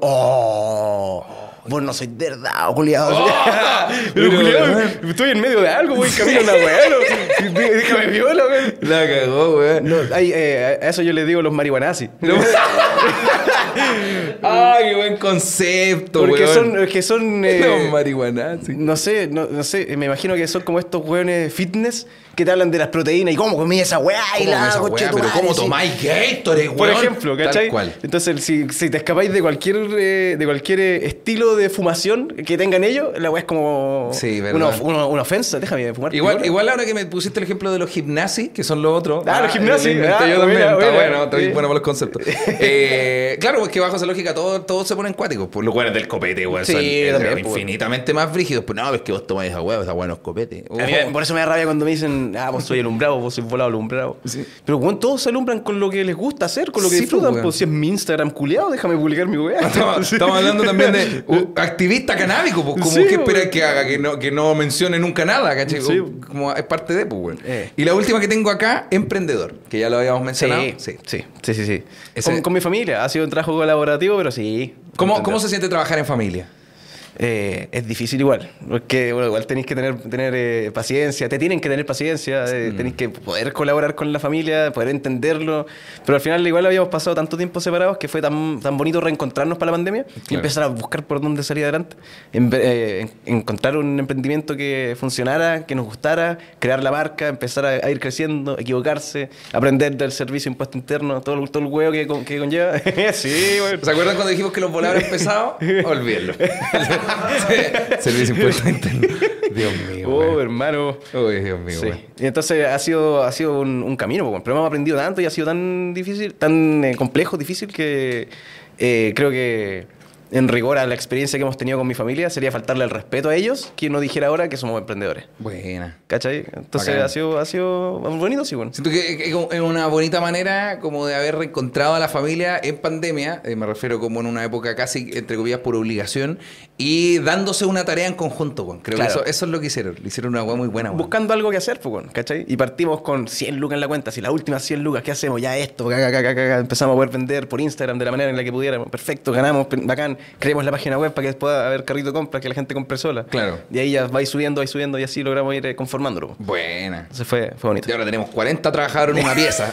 Vos no sois de verdad, culiado. Pero, culiado, estoy en medio de algo, voy camino a una weá. Déjame viola, weón. La cagó, weón. No, a eso yo le digo los marihuanazis. ¡Ay, qué buen concepto, Porque weón! son Los marihuanazis. no sé, me imagino que son como estos weones fitness que te hablan de las proteínas y cómo comí esa weá y ¿Cómo la esa weá? conchetumare, Pero ¿cómo sí. tomáis Gatorade, weón? Por ejemplo, ¿cachai? Tal cual. Entonces, si te escapáis de cualquier estilo de fumación que tengan ellos, la weá es como Sí, verdad. una ofensa. Déjame fumar. Igual ahora que me pusiste el ejemplo de los gimnasis, que son los otros. Los gimnasis. Yo también. Buena, Está buena. bueno, estoy Sí. bueno para los conceptos. Claro, pues que bajo esa lógica todos se ponen cuáticos. Pues los buenos del copete, weón, Sí, son también, pues. infinitamente más brígidos. Pues no, es que vos tomáis esa weá, esa weá no es copete. A mí, por eso me da rabia cuando me dicen, vos soy alumbrado, vos sois volado alumbrado. Sí. Pero bueno, todos se alumbran con lo que les gusta hacer, con lo que Sí, disfrutan. pues, Pues si es mi Instagram culiado, déjame publicar mi weá. Estamos hablando también de activista canábico, pues como Sí, que espera weón. que haga, que no mencione nunca nada, ¿cachai? Sí. Como es parte de, pues, weón. Y la última que tengo acá, emprendedor, que ya lo habíamos mencionado. Sí. Ese- Con mi familia. Ha sido un trabajo colaborativo, pero sí. ¿Cómo se siente trabajar en familia? Es difícil igual, porque bueno, igual tenéis que tener paciencia, te tienen que tener paciencia, tenéis que poder colaborar con la familia, poder entenderlo, pero al final igual habíamos pasado tanto tiempo separados que fue tan bonito reencontrarnos para la pandemia y Claro. empezar a buscar por dónde salir adelante, encontrar un emprendimiento que funcionara, que nos gustara, crear la marca, empezar a ir creciendo, equivocarse, aprender del servicio impuesto interno, todo el huevo que conlleva. Sí, bueno. ¿Se acuerdan cuando dijimos que los voladores pesados? Olvídenlo. Servicio impuesto interno. Dios mío. weón. Hermano. Uy, Dios mío. Sí. weón. Y entonces ha sido un camino, pues, pero hemos aprendido tanto y ha sido tan difícil, tan complejo, difícil que creo que en rigor a la experiencia que hemos tenido con mi familia, sería faltarle el respeto a ellos que no dijera ahora que somos emprendedores. Buena. ¿Cachai? Entonces Bacán. ha sido bonito, sí, bueno. Siento que es una bonita manera como de haber reencontrado a la familia en pandemia, me refiero como en una época casi, entre comillas, por obligación, y dándose una tarea en conjunto, weón. Creo Claro. que eso es lo que hicieron. Le hicieron una weá muy buena, weón. Buscando algo que hacer, pues, bueno, ¿cachai? Y partimos con 100 lucas en la cuenta. Si las últimas 100 lucas, ¿qué hacemos? Ya esto, empezamos a poder vender por Instagram de la manera en la que pudiéramos. Perfecto, ganamos, bacán. Creemos la página web para que pueda haber carrito de compras, que la gente compre sola. Claro. Y ahí ya vais subiendo y así logramos ir conformándolo. Buena. Entonces fue bonito. Y ahora tenemos 40 trabajadores en una pieza.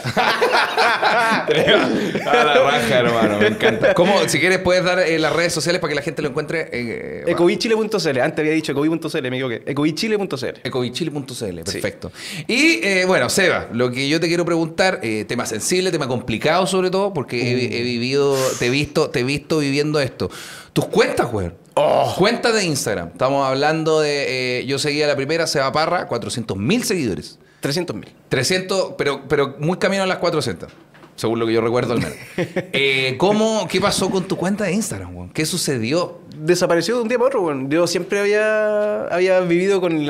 A la raja, hermano, me encanta. ¿Cómo, si quieres, puedes dar las redes sociales para que la gente lo encuentre? Ecobichile.cl. Antes había dicho ecobi.cl, me equivoqué. Ecobichile.cl. Ecobichile.cl, perfecto. Sí. Y bueno, Seba, lo que yo te quiero preguntar, tema sensible, tema complicado sobre todo, porque he vivido, te he visto viviendo esto. Tus cuentas, güey. Cuentas de Instagram. Estamos hablando de, yo seguía la primera, Seba Parra, 400.000 seguidores. 300.000. 300, pero muy camino a las 400. Según lo que yo recuerdo al menos. ¿Qué pasó con tu cuenta de Instagram, güey? ¿Qué sucedió? Desapareció de un día para otro, bueno. Yo siempre había vivido con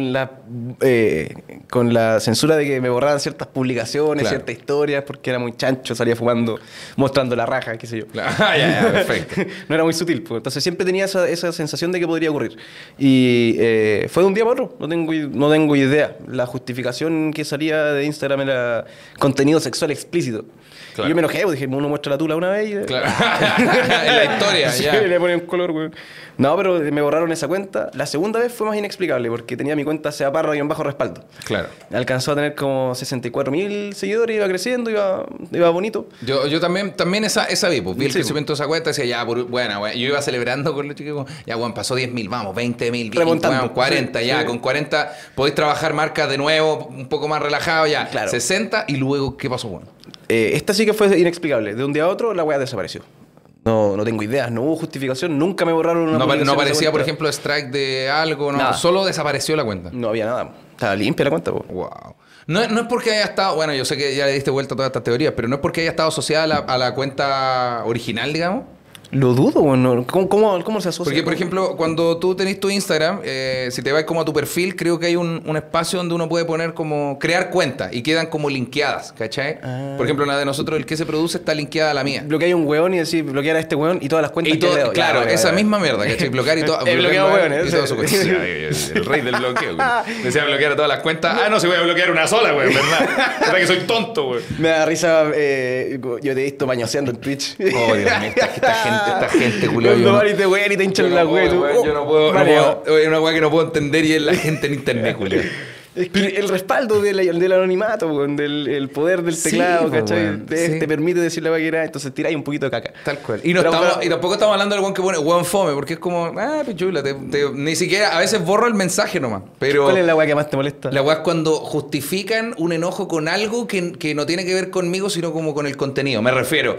la censura de que me borraran ciertas publicaciones, Claro. ciertas historias, porque era muy chancho, salía fumando, mostrando la raja, qué sé yo. Ya, perfecto. No era muy sutil, pues. Entonces siempre tenía esa sensación de que podría ocurrir. Y fue de un día para otro, no tengo idea. La justificación que salía de Instagram era contenido sexual explícito. Claro. Y yo me enojé, porque dije, uno muestra la tula una vez y... Claro. En la historia, Sí, ya. le ponen color, güey. No, pero me borraron esa cuenta. La segunda vez fue más inexplicable porque tenía mi cuenta Seba Parra y un bajo respaldo. Claro. Alcanzó a tener como 64.000 seguidores, iba creciendo, iba bonito. Yo también esa vi, pues vi el Sí, crecimiento de esa cuenta, decía, ya, buena, güey. Yo iba celebrando con los chicos, ya, bueno, pasó 10.000, vamos, 20.000, Remontando. bueno, 40, Sí, ya, sí. con 40 podéis trabajar marcas de nuevo, un poco más relajado, ya, Claro. 60, y luego, ¿qué pasó, bueno? Esta sí que fue inexplicable. De un día a otro, la weá desapareció. No tengo ideas, no hubo justificación, nunca me borraron una No publicación de esa aparecía, por cuenta. ejemplo, strike de algo, no, Nada. solo desapareció la cuenta. No había nada. Estaba limpia la cuenta, po. Wow. No es porque haya estado, bueno, yo sé que ya le diste vuelta a todas estas teorías, pero no es porque haya estado asociada a la cuenta original, digamos. Lo dudo, bueno. ¿Cómo se asocia? Porque, por ejemplo, cuando tú tenés tu Instagram, si te vas como a tu perfil, creo que hay un espacio donde uno puede poner como crear cuentas y quedan como linkeadas, ¿cachai? Ah. Por ejemplo, la de nosotros, el que se produce, está linkeada a la mía. Bloquear un weón y decir bloquear a este weón y todas las cuentas Y todo, que le doy. claro, Ya, vale, esa vale. misma mierda, ¿cachai? Bloquear y todo. He bloqueado bloquear hueones, y todo sí. su cuenta. Sí, el rey del bloqueo, güey. Decía bloquear a todas las cuentas. Ah, no, si voy a bloquear una sola, güey, ¿verdad? ¿Verdad que soy tonto, güey? Me da risa, yo te he visto mañoseando en Twitch. Oh, Dios mío, esta gente, Julio. Cuando van y te wean y te hinchan la wea. Yo no puedo, es una weá que no puedo entender y es la gente en internet, Julio. Es que el respaldo del anonimato, weón, el poder del Sí, teclado, po, ¿cachai? weón, Te sí. permite decir la weá que era, entonces tiráis un poquito de caca. Tal cual. Y Pero, y tampoco estamos hablando del weón que pone weón fome, porque es como, pichula, ni siquiera, a veces borro el mensaje nomás. Pero ¿Cuál es la weá que más te molesta? la weá es cuando justifican un enojo con algo que no tiene que ver conmigo, sino como con el contenido. Me refiero,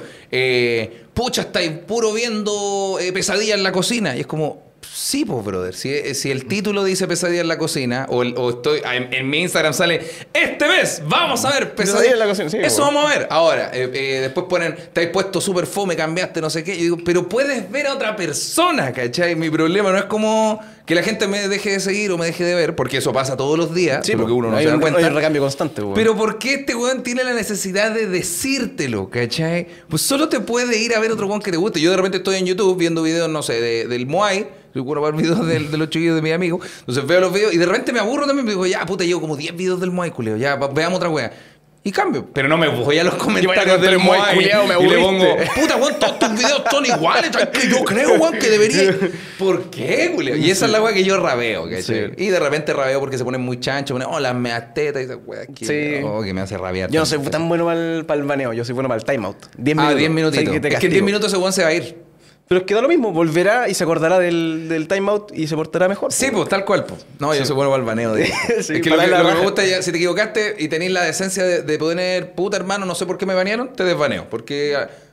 pucha, estáis puro viendo Pesadilla en la cocina. Y es como, sí, pues, brother. Si el título dice Pesadilla en la cocina, o estoy en mi Instagram sale, este mes vamos a ver Pesadilla en la cocina. Sí, eso bueno. vamos a ver. Ahora, después ponen, te has puesto súper fome, cambiaste, no sé qué. Yo digo, pero puedes ver a otra persona, ¿cachai? Mi problema no es como que la gente me deje de seguir o me deje de ver, porque eso pasa todos los días, Sí, porque po, uno no hay se da un cuenta. recambio constante, weón. Pero ¿por qué este weón tiene la necesidad de decírtelo, cachai? Pues solo te puede ir a ver otro weón que te guste. Yo de repente estoy en YouTube viendo videos, no sé, del Muay. Yo quiero ver videos de los chiquillos de mis amigos. Entonces veo los videos y de repente me aburro también. Me digo, ya, puta, llevo como 10 videos del Muay, culeo. Ya, veamos otra wea. Y cambio. Pero no me voy a los comentarios del Muay, Muay culiao, me y le aburriste. pongo, puta, weón, todos tus videos son iguales. Que yo creo, weón, que debería. ¿Por qué, culeo? Y esa es la wea que yo rabeo, ¿cachai? Sí. Y de repente rabeo porque se ponen muy chanchos. Ponen, las meas tetas y esa wea. Sí. Que me hace rabiar. Yo no soy tan bueno para el baneo, yo soy bueno para el timeout. 10 minutos. 10 minutitos. ¿Sabes que te Es que en 10 castigo? minutos ese weón se va a ir. Pero es que da lo mismo, volverá y se acordará del timeout y se portará mejor. Sí, pues tal cual. Pues. No, yo soy bueno para el baneo. Sí, es que lo para que, la lo que me raja. gusta, si te equivocaste y tenés la decencia de poner, puta hermano, no sé por qué me banearon, te desbaneo. Porque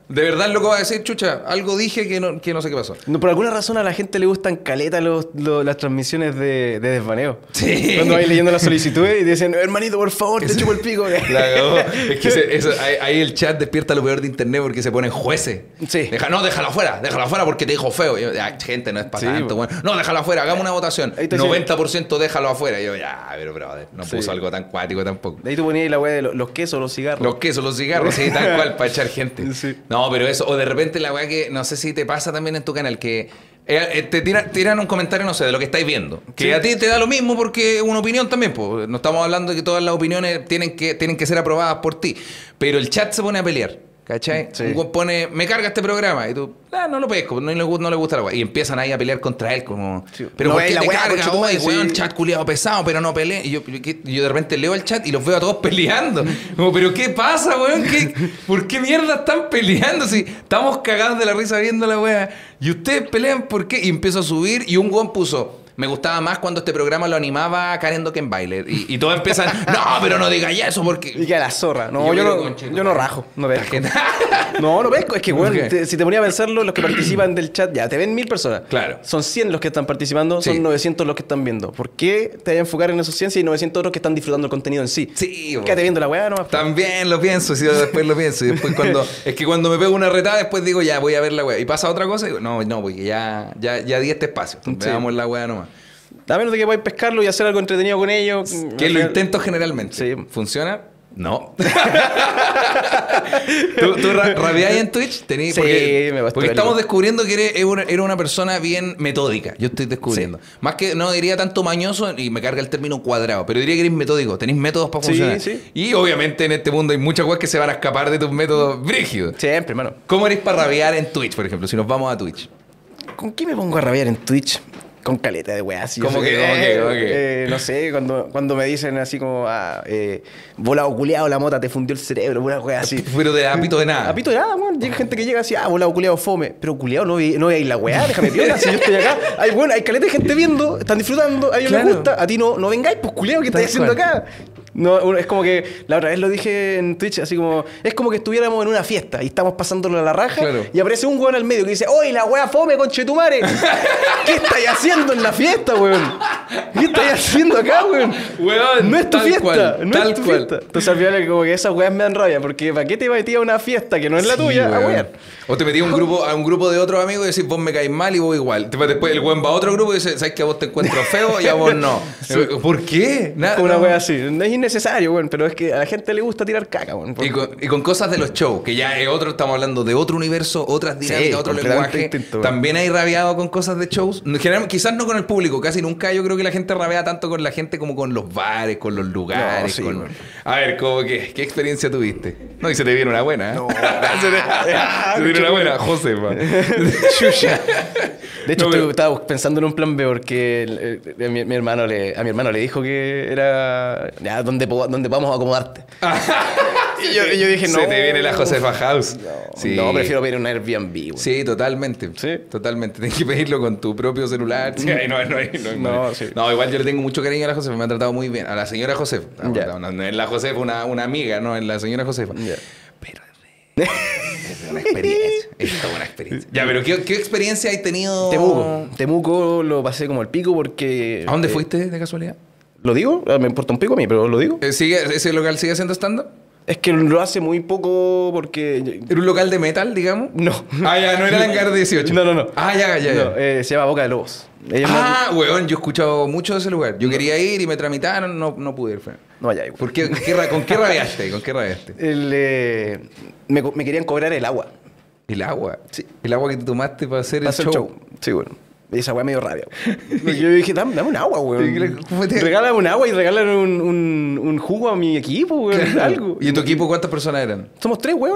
De verdad el loco va a decir, chucha, algo dije que no sé qué pasó. No, por alguna razón a la gente le gustan caleta las transmisiones de desvaneo. Sí. Cuando vais leyendo las solicitudes y dicen, hermanito, por favor, te chupo el pico. La cagó. Es que ahí el chat despierta lo peor de internet porque se ponen jueces. Sí. Déjalo afuera porque te dijo feo. Y yo, gente, no es para Sí, tanto. Bueno. No, déjalo afuera, hagamos una votación. Ahí te 90% déjalo afuera. Y yo, pero brother, no Sí. puso algo tan cuático tampoco. De ahí tú ponías la weá de los quesos, los cigarros. Los quesos, los cigarros, sí, tal cual, para echar gente. Sí. No, pero eso, o de repente la weá que, no sé si te pasa también en tu canal, que te tiran un comentario, no sé, de lo que estáis viendo. Que Sí. a ti te da lo mismo porque es una opinión también, pues. No estamos hablando de que todas las opiniones tienen que ser aprobadas por ti. Pero el chat se pone a pelear, ¿cachai? Sí. Un weón pone, me carga este programa, y tú, no lo pesco, no le gusta la weá. Y empiezan ahí a pelear contra él, como, Sí. pero No ¿por qué veis la te weá, carga conchetumare, hoy, weón? sí. Chat culiado pesado, pero no peleen. Y yo de repente leo el chat y los veo a todos peleando. Como, pero ¿qué pasa, weón? ¿Por qué mierda están peleando? Si estamos cagados de la risa viendo la weá. Y ustedes pelean, ¿por qué? Y empiezo a subir y un weón puso, me gustaba más cuando este programa lo animaba Karen Dockenbailer. Y todos empiezan, no, pero no digas ya eso Y porque... que a la zorra. No, Yo yo, quiero no, conche, yo no rajo. No pesco. gente- No pesco. Es que, ¿Por weón, qué? si te ponía a pensarlo, los que participan del chat, ya, te ven 1000 personas. Claro. Son 100 los que están participando, son Sí. 900 los que están viendo. ¿Por qué te vas a enfocar en esos 100 y 900 otros que están disfrutando el contenido en sí? Sí, weón. Quédate viendo la weá nomás. También lo pienso, si yo después lo pienso. Y después cuando me pego una retada, después digo, ya, voy a ver la weá. Y pasa otra cosa y digo, no, porque ya di este espacio. Entonces, Sí. veamos la weá nomás. A menos de que podáis pescarlo y hacer algo entretenido con ellos. Que lo intento generalmente. Sí. ¿Funciona? No. ¿Tú rabiáis en Twitch? Sí, porque me bastó porque el estamos hilo. descubriendo que eres una persona bien metódica. Yo estoy descubriendo. Más que no diría tanto mañoso y me carga el término cuadrado, pero diría que eres metódico. Tenés métodos para Sí, funcionar. sí. Y obviamente en este mundo hay muchas cosas que se van a escapar de tus métodos brígidos. Siempre, hermano. ¿Cómo eres para rabiar en Twitch, por ejemplo? Si nos vamos a Twitch. ¿Con qué me pongo a rabiar en Twitch? Con caleta de weá. Así, ¿Cómo yo sé cómo que? no sé, cuando me dicen así como, volado culiado, la mota te fundió el cerebro, una weá así. Pero de ámbito de nada. A pito de nada, weón. Llega gente que llega así, volado culiado, fome. Pero culiado, no veis la weá, déjame piola. Si yo estoy acá, hay caleta de gente viendo, están disfrutando, a ellos Claro. les gusta. A ti no vengáis, pues culiado, ¿qué Tal estáis haciendo cual. acá? No, es como que la otra vez lo dije en Twitch, así como, es como que estuviéramos en una fiesta y estamos pasándolo a la raja Claro. y aparece un weón al medio que dice, ¡oye, la weá fome, conchetumare! ¿Qué estáis haciendo en la fiesta, weón? ¿Qué estáis haciendo acá, weón? Weón, No es tu tal fiesta, cual, no tal es tu cual. fiesta. Entonces al final es como que esas weas me dan rabia, porque ¿para qué te metí a una fiesta que no es la Sí, tuya a weón. wear? O te metí a un grupo de otros amigos y decís, vos me caís mal y vos igual. Después el weón va a otro grupo y dice, ¿sabes que a vos te encuentro feo y a vos no? ¿Por qué? Nada, Como una no. wea así. No es innecesario, weón, pero es que a la gente le gusta tirar caca, weón. Y con cosas de los shows, que ya es otro, estamos hablando de otro universo, otras dinámicas, Sí, otro completamente lenguaje. distinto, weón. También hay rabiado con cosas de shows. Quizás no con el público, casi nunca yo creo que la gente rabea tanto con la gente como con los bares, con los lugares. No, sí, con... weón. A ver, ¿qué experiencia tuviste? No, y se te viene una buena, ¿eh? No. se te viene una buena, Josefa. Chucha. De hecho, No, pero- estaba pensando en un plan B porque mi hermano a mi hermano le dijo que era ya donde vamos a acomodarte. y yo dije, no. Se te viene la Josefa House. No, Sí. no, prefiero pedir un Airbnb, weón. Sí, totalmente. Sí. Totalmente. Tienes que pedirlo con tu propio celular. Sí, ahí no hay manera. sí. No, igual yo le tengo mucho cariño a la Josefa. Me ha tratado muy bien. A la señora Josefa. Ya. No es la Josefa una amiga, no, es la señora Josefa. Ya. Pero es una experiencia. Es toda una experiencia. Ya, pero ¿qué experiencia has tenido? Temuco lo pasé como el pico porque... ¿A dónde fuiste de casualidad? ¿Lo digo? Me importa un pico a mí, pero lo digo. ¿Ese local sigue haciendo stand-up? Es que lo hace muy poco porque... ¿Era un local de metal, digamos? No. Ah, ya, no era el Hangar 18. No. Ah, ya. No, se llama Boca de Lobos. Ellos Weón, yo he escuchado mucho de ese lugar. Yo quería ir y me tramitaron, no pude ir. Fran. no vaya igual. ¿Con qué rabiaste? ¿Con qué rabiaste? Me querían cobrar el agua. El agua. Sí. El agua que te tomaste para hacer Para hacer el show. Sí, bueno. Y esa weá me dio rabia. Porque yo dije, dame un agua, Sí, weón. ¿cómo te- Regálame un agua y regálame un jugo a mi equipo, weón. Algo. ¿Y en tu equipo cuántas personas eran? Somos tres, weón.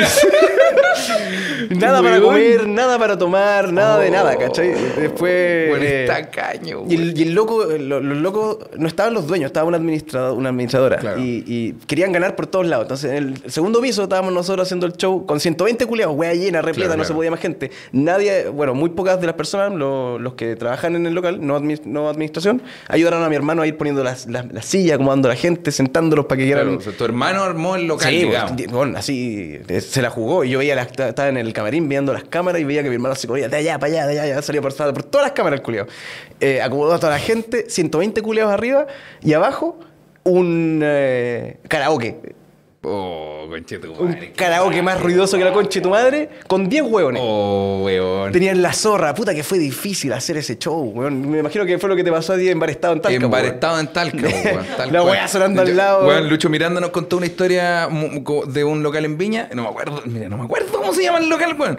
Nada para Weón. comer, nada para tomar, nada de nada, ¿cachai? Después... Bueno, está caño, Y el loco, los locos, no estaban los dueños, estaba una administradora. Claro. Y querían ganar por todos lados. Entonces, en el segundo piso estábamos nosotros haciendo el show con 120 culiados, wea llena, repleta, Claro, no se claro. podía más gente. Nadie, bueno, muy pocas de las personas, los que trabajan en el local, no administración, ayudaron a mi hermano a ir poniendo las sillas, acomodando a la gente, sentándolos para que quieran... Claro, o sea, tu hermano armó el local, Sí, digamos. bueno, así se la jugó. Y yo veía, estaba en el camarín viendo las cámaras y veía que mi hermano se corría de allá para allá, de allá, salía por todas las cámaras el culiao. Acomodó a toda la gente, 120 culiados arriba y abajo un karaoke. Oh, conchete, Un karaoke más ruidoso que la concha de tu madre, con 10 hueones. Oh, weón. Tenían la zorra, puta que fue difícil hacer ese show, weón. Me imagino que fue lo que te pasó a ti en Barestado en Talca. Embarestado en Talca, weón. Tal La cual. weá sonando al lado. Weón, Lucho Miranda nos contó una historia de un local en Viña. No me acuerdo, mira, no me acuerdo cómo se llama el local, weón.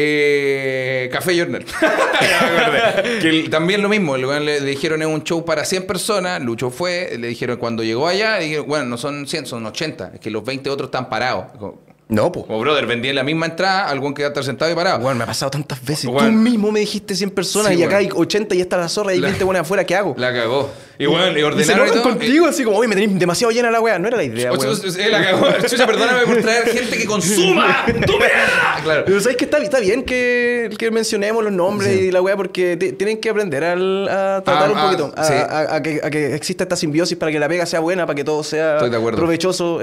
Café Journal. Ya me acordé. Que también lo mismo, le dijeron es un show para 100 personas, Lucho fue, le dijeron cuando llegó allá, dijeron, bueno, no son 100, son 80, es que los 20 otros están parados. No, po. Como brother, vendí en la misma entrada, algún que va a estar sentado y parado. Weón, me ha pasado tantas veces. Weón. Tú mismo me dijiste 100 personas Sí, y acá weón. hay 80 y está la zorra y hay 20 buenas afuera, ¿qué hago? La cagó. Y bueno, y Y se ordenaron y enojan todo. contigo así como, oye, me tenéis demasiado llena la weá. No era la idea, weón. La cagó. Chucha, perdóname por traer gente que consuma tu mierda. Claro. Pero sabes que está bien que mencionemos los nombres y la weá porque tienen que aprender a tratar un poquito. Sí. A que exista esta simbiosis para que la pega sea buena, para que todo sea Estoy de acuerdo. provechoso.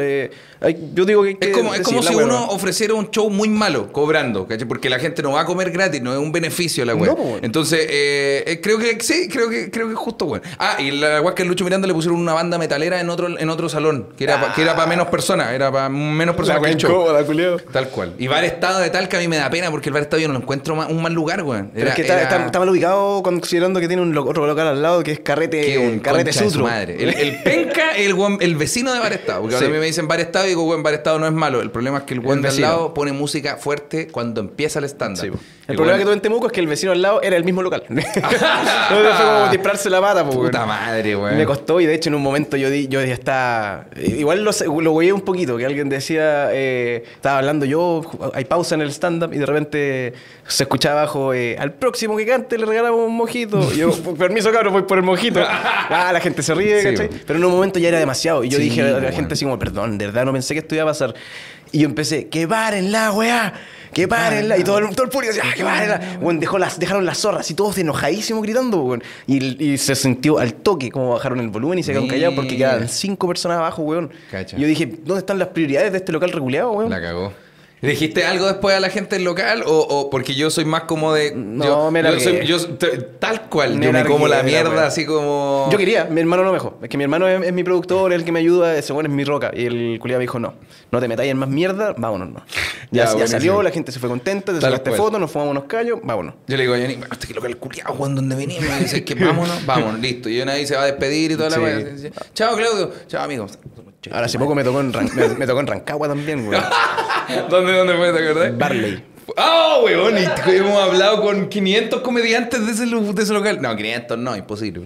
Yo digo que... Es como decir, la si weá, uno ¿no? ofreciera un show muy malo, cobrando, ¿cachai? Porque la gente no va a comer gratis, no es un beneficio la weá. No, pues, bueno. Entonces, creo que sí, creo que es justo, weón. Ah, y la weá que el Lucho Miranda le pusieron una banda metalera en otro salón, que era para menos personas, era para menos personas que el show. Incómoda, culiao. Tal cual. Y Bar Estado de Talca a mí me da pena porque el Bar Estado yo no lo encuentro un mal lugar, weón. Pero es que está mal ubicado considerando que tiene otro local al lado que es Carrete Concha de su Sutro. madre. El penca, el vecino de Bar Estado. Porque ahora a mí me dicen Bar Estado y digo, weón, Bar Estado no es malo. El problema es que el weón de al vecino. lado pone música fuerte cuando empieza el stand-up. Sí, po. El problema que tuve en Temuco es que el vecino al lado era el mismo local. Entonces fue como dispararse la pata, po, Puta weón. madre, weón. Me costó y de hecho en un momento yo dije está... Igual lo hueé un poquito, que alguien decía, estaba hablando yo, hay pausa en el stand-up y de repente se escuchaba abajo, al próximo que cante le regalamos un mojito. Y yo, permiso cabrón, voy por el mojito. La gente se ríe, Sí, ¿cachai? po. Pero en un momento ya era demasiado. Y yo Sí, dije a la weón. gente así como, perdón, de verdad no pensé que esto iba a pasar. Y yo empecé, que paren la weá. Que párenla. Y todo el público decía, que párenla. Bueno, dejaron las zorras y todos enojadísimos gritando, weón. Y se sintió al toque como bajaron el volumen y se quedaron callados porque Mira. quedaban 5 personas abajo, weón. Cacha. Y yo dije, ¿dónde están las prioridades de este local reguleado, weón? La cagó. ¿Le dijiste algo después a la gente del local? ¿O porque yo soy más como de... No, me largué. tal cual. Me Yo me largué, como la la mierda wea. así como... Yo quería, mi hermano no me dejó. Es que mi hermano es mi productor, es el que me ayuda, ese weón es mi roca. Y el culiado me dijo, no te metáis en más mierda, vámonos, no. Ya, Ya buenísimo. salió, la gente se fue contenta, te Tal sacaste cual. fotos, nos fumamos unos callos, vámonos. Yo le digo a Johnny, bueno, este que local culiado, Juan, ¿dónde venimos? Y dice que vámonos, listo. Y ahí se va a despedir y toda la Sí. weá. Dice, chao, Claudio. Chao, amigos. Ahora hace poco me tocó me tocó en Rancagua también, weón. ¿Dónde fue, te acordás? Barley. ¡Ah, weón! Y hemos hablado con 500 comediantes de ese local. No, 500 no, imposible.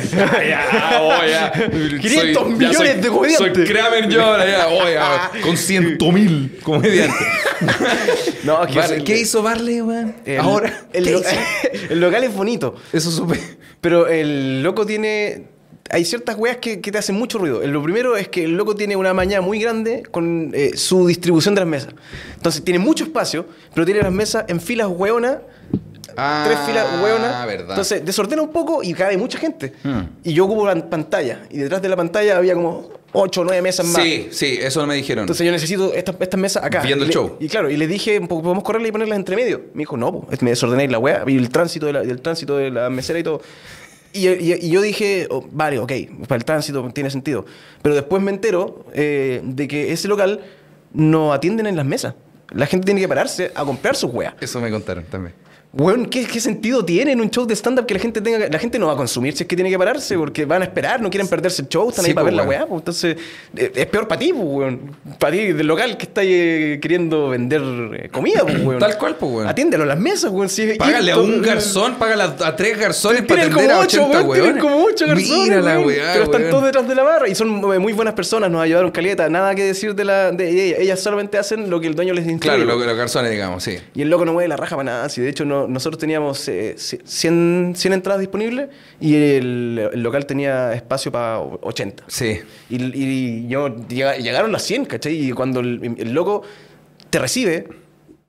Ya. 500 millones de comediantes. Soy Kramer yo ahora, ya. Con 100.000 comediantes. No, es que Vale, ¿qué hizo Barley, weón? Ahora, el, ¿qué lo- hizo? el local es bonito, Eso supe. pero el loco tiene... Hay ciertas weas que te hacen mucho ruido. Lo primero es que el loco tiene una maña muy grande con su distribución de las mesas. Entonces tiene mucho espacio, pero tiene las mesas en filas hueonas. 3 filas hueonas. Verdad. Entonces desordena un poco y cabe mucha gente. Hmm. Y yo ocupo pantalla. Y detrás de la pantalla había como 8 o 9 mesas más. Sí, eso me dijeron. Entonces yo necesito estas mesas acá. Viendo el show. Y claro, y le dije, ¿podemos correrla y ponerlas entre medio? Me dijo, no, po, me desordenáis la wea. Y el tránsito de la mesera y todo. Y yo dije, vale, ok, para el tránsito tiene sentido. Pero después me entero de que ese local no atienden en las mesas. La gente tiene que pararse a comprar sus weas. Eso me contaron también. Weón, ¿qué sentido tiene en un show de stand-up que la gente no va a consumir si es que tiene que pararse? Porque van a esperar, no quieren perderse el show, están Sí, ahí para po, ver la weón. weá. Pues, entonces, es peor para ti, pues, weón. Para ti, del local que está queriendo vender comida, pues, weón. Tal cual, pues, weón. Atiéndelo a las mesas, weón. Si, Págale a y- un garzón, págale a 3 garzones para Tienen atender como a 8, 80 weón. Tienen weones. como 8 garzones. Mira la weón. weá, Pero están weón. todos detrás de la barra y son muy buenas personas. Nos ayudaron caleta. Nada que decir de ellas. Ellas solamente hacen lo que el dueño les instruye. Claro, los garzones, digamos, sí. Y el loco no mueve la raja para nada. Si de hecho nosotros teníamos 100 entradas disponibles y el local tenía espacio para 80. Sí. Y llegaron las 100, ¿cachai? Y cuando el loco te recibe,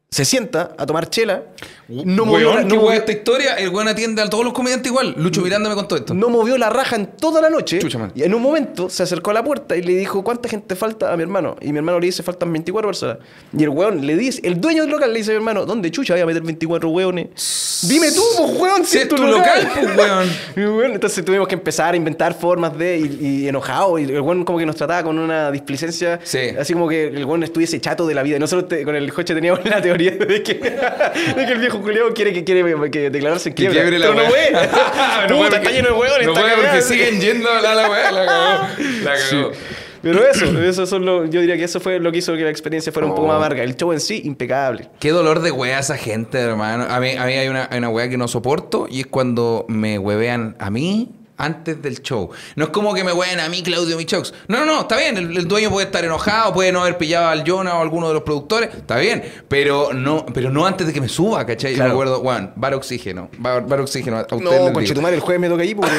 se sienta a tomar chela. No Weón, movió, ¿qué no weón movió- esta historia? El weón atiende a todos los comediantes igual. Lucho Miranda me contó esto. no movió la raja en toda la noche. Chucha, man. Y en un momento se acercó a la puerta y le dijo, ¿cuánta gente falta a mi hermano? Y mi hermano le dice, faltan 24 personas. Y el weón le dice, el dueño del local le dice a mi hermano, ¿dónde chucha voy a meter 24 weones? Dime tú, pues, weón, Si es tu local, pues, weón. Y, weón, entonces tuvimos que empezar a inventar formas de, y enojado. Y el weón como que nos trataba con una displicencia. Sí. Así como que el weón estuviese chato de la vida. Y nosotros con el Joche teníamos la teoría de que, el viejo culiao quiere que declararse en Que quiebra. quiebre la Pero no weá. puede. No Puta, puede está porque- lleno de hueones. No está puede porque cagada. siguen yendo a la weá. La cagó. La cagó. Pero eso son yo diría que eso fue lo que hizo que la experiencia fuera un poco más amarga. El show en sí, impecable. Qué dolor de wea esa gente, hermano. A mí hay una wea que no soporto y es cuando me huevean a mí antes del show. No es como que me hueven a mí, Claudio Michox. No, está bien. El dueño puede estar enojado, puede no haber pillado al Jonah o a alguno de los productores. Está bien. Pero no antes de que me suba, ¿cachai? Claro. Yo me acuerdo, Juan, bar oxígeno. Bar oxígeno. A ustedes les No, digo. conchetumare, el jueves me toca ahí porque...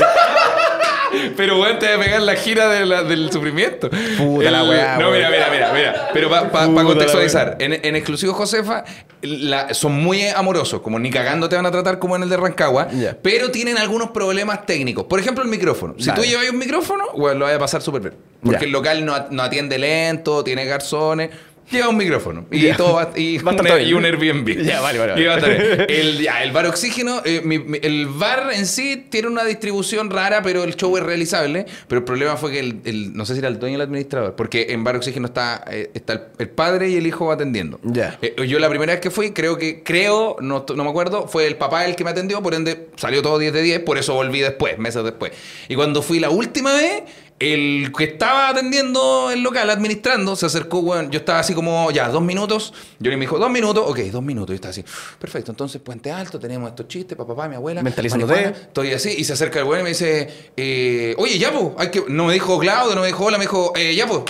Pero weón, te va a pegar la gira del sufrimiento. Puta la weá, No, weón. mira. Pero para Puta contextualizar, en exclusivo Josefa, son muy amorosos, como ni cagando te van a tratar como en el de Rancagua, Ya. pero tienen algunos problemas técnicos. Por ejemplo, el micrófono. Si Dale. tú llevas un micrófono, weón, lo vas a pasar súper bien. Porque Ya. el local no atiende lento, tiene garzones. Lleva un micrófono y Ya. todo Va a estar y todo bien. un Airbnb. Ya, vale. Y va a estar bien. El bar oxígeno, el bar en sí tiene una distribución rara, pero el show es realizable. Pero el problema fue que no sé si era el dueño o el administrador, porque en bar oxígeno está el padre y el hijo atendiendo. Ya. Yo la primera vez que fui, no me acuerdo, fue el papá el que me atendió, por ende salió todo 10 de 10, por eso volví después, meses después. Y cuando fui la última vez, el que estaba atendiendo el local, administrando, se acercó, weón. Yo estaba así como, ya, 2 minutos. Yo le me dijo, 2 minutos. Ok, 2 minutos. Yo estaba así, perfecto. Entonces, Puente Alto, tenemos estos chistes, papá, mi abuela. Mentalizándote. marihuana. Estoy así. Y se acerca el weón y me dice, oye, ya, pues, hay que... No me dijo Claudio, no me dijo hola, me dijo, ya, pues,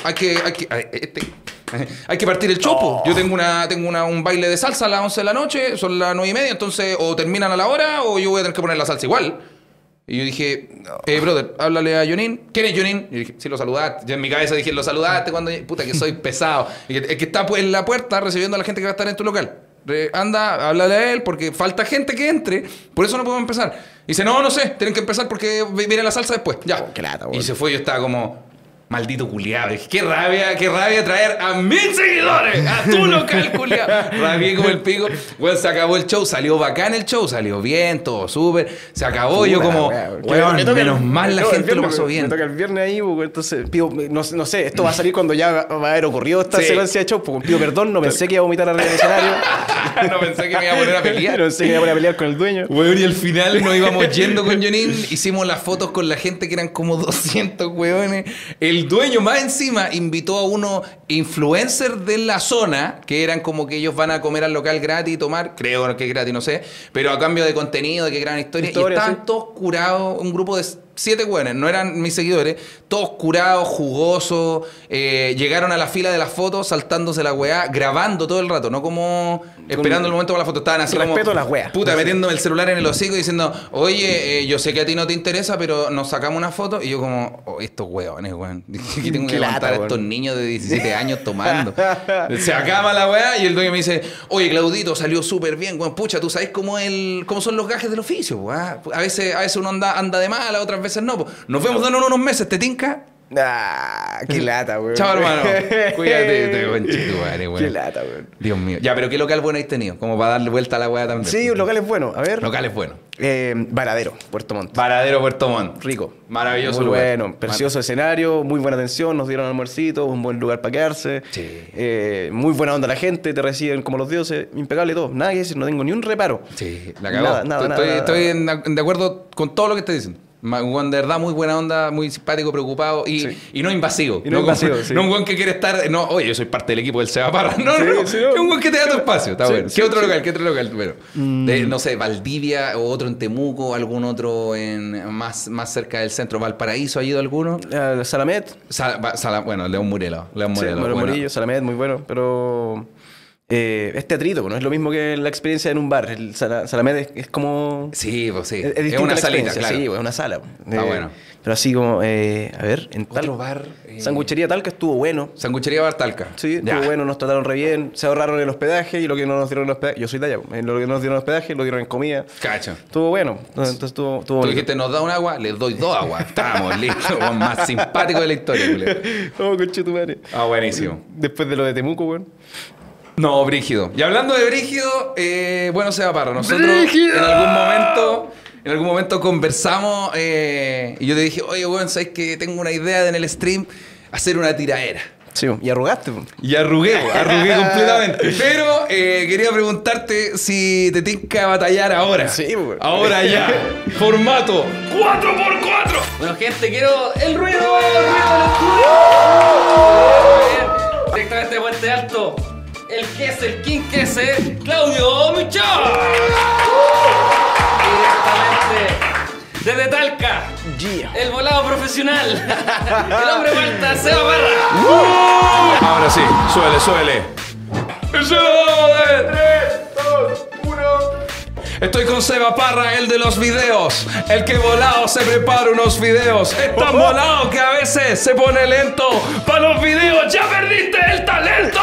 hay que partir el chopo. Yo tengo un baile de salsa a las 11 de la noche, son las 9:30, entonces o terminan a la hora o yo voy a tener que poner la salsa igual. Y yo dije, brother, háblale a Jonin. ¿Quién es Jonin? Y dije, sí, lo saludaste. Yo en mi cabeza dije, lo saludaste cuando... Puta, que soy pesado. Y el que está pues en la puerta recibiendo a la gente que va a estar en tu local. Anda, háblale a él porque falta gente que entre. Por eso no podemos empezar. Y dice, no sé, tienen que empezar porque viene la salsa después. Ya. Oh, qué lata, Y weón. se fue, yo estaba como... Maldito culiado. Dije, qué rabia traer a 1000 seguidores a tu local, culiado. Rabié como el pico. Bueno, se acabó el show, salió bacán el show, salió bien, todo súper. Se acabó, yo Puta, como, weón. weón, Me toca menos mal la el gente lo viernes, pasó Me bien. toca el viernes ahí, pues, entonces pido, no sé, esto va a salir cuando ya va a haber ocurrido esta Sí. secuencia de show, pues pido perdón, no pensé que iba a vomitar arriba del escenario. No pensé que me iba a poner a pelear. No pensé que me iba a poner a pelear con el dueño. Weón, y al final nos íbamos yendo con Jonin, hicimos las fotos con la gente que eran como 200 weones. El dueño más encima invitó a unos influencers de la zona, que eran como que ellos van a comer al local gratis y tomar, creo que es gratis, no sé, pero a cambio de contenido, de que graban historias, y estaban sí. todos curados, un grupo de 7 weones, no eran mis seguidores, todos curados, jugosos, llegaron a la fila de las fotos, saltándose la weá, grabando todo el rato, no como esperando el momento para la foto, estaban así como... Respeto a las weas. Puta, metiéndome el celular en el hocico y diciendo, oye, yo sé que a ti no te interesa, pero nos sacamos una foto. Y yo como, estos hueones, weón. Aquí tengo que Qué aguantar lata, a estos weón. niños de 17 años tomando. Se acaba la weá y el dueño me dice, oye, Claudito, salió súper bien, weón. Pucha, tú sabes cómo son los gajes del oficio, weón. A veces uno anda de mala, otras veces no. Po. Nos vemos dando unos meses, ¿te tinca? Ah, qué lata, weón. Chao, hermano. Cuídate, te conchetumare, weón. Qué lata, weón. Dios mío. Ya, pero ¿qué local bueno has tenido? Como para darle vuelta a la weá también. Sí, un local es bueno. A ver. Locales buenos. Varadero, Puerto Montt. Varadero Puerto Montt. Rico. Maravilloso Muy lugar. bueno, precioso escenario, muy buena atención, nos dieron almuercito, un buen lugar para quedarse. Sí. Muy buena onda la gente, te reciben como los dioses, impecable todo. Nada que decir, no tengo ni un reparo. Sí, la cagó. Nada, Estoy de acuerdo con todo lo que te dicen. Un weón de verdad muy buena onda, muy simpático, preocupado y no invasivo. Y no invasivo, como- sí. No un weón que quiere estar... No, oye, yo soy parte del equipo del Seba Parra. No, Sí, no. sí, no. Es un weón que te da tu espacio. Está Sí, bueno. sí, ¿Qué otro sí. local? ¿Qué otro local? Bueno, no sé, Valdivia o otro en Temuco, algún otro más cerca del centro. Valparaíso, ¿ha ido alguno? Salamet. Bueno, León Murillo. León Sí, Murillo. Murillo, bueno. Salamet, muy bueno, pero... Es teatrito, no es lo mismo que la experiencia en un bar. El Salamed es como... Sí, pues sí. Es Es distinta una la salita, experiencia, claro. sí, es una sala. Bueno. Pero así como, a ver, en Otro Talca. bar. Sanguchería Talca estuvo bueno. Sanguchería Bar Talca. Sí, Ya. estuvo bueno, nos trataron re bien. Se ahorraron el hospedaje y lo que no nos dieron el hospedaje... Yo soy de allá, lo que no nos dieron el hospedaje lo dieron en comida. Cacho. Estuvo bueno, entonces estuvo Tú bonito. dijiste, nos da un agua, les doy 2 aguas. Estábamos listos. Weón, más simpático de la historia, Julio. Oh, conchetumare. Ah, buenísimo. Después de lo de Temuco, weón. No, Brígido. Y hablando de Brígido, bueno, Seba Parra, nosotros en algún momento conversamos y yo te dije, oye, weón, ¿sabes que tengo una idea de en el stream hacer una tiraera? Sí, y arrugaste, weón. Y arrugué completamente. Pero quería preguntarte si te tinca batallar ahora. Sí, weón. Ahora ya. Formato 4x4. Bueno, gente, quiero el ruido del estudio. Directamente de Puente Alto, el Quese, el King Quese, Claudio Michal. Directamente desde Talca, Yeah. el volado profesional, el hombre vuelta, Seba Parra. Ahora sí, suele. Estoy con Seba Parra, el de los videos. El que volado se prepara unos videos. Es tan volado que a veces se pone lento. Para los videos ya perdiste el talento.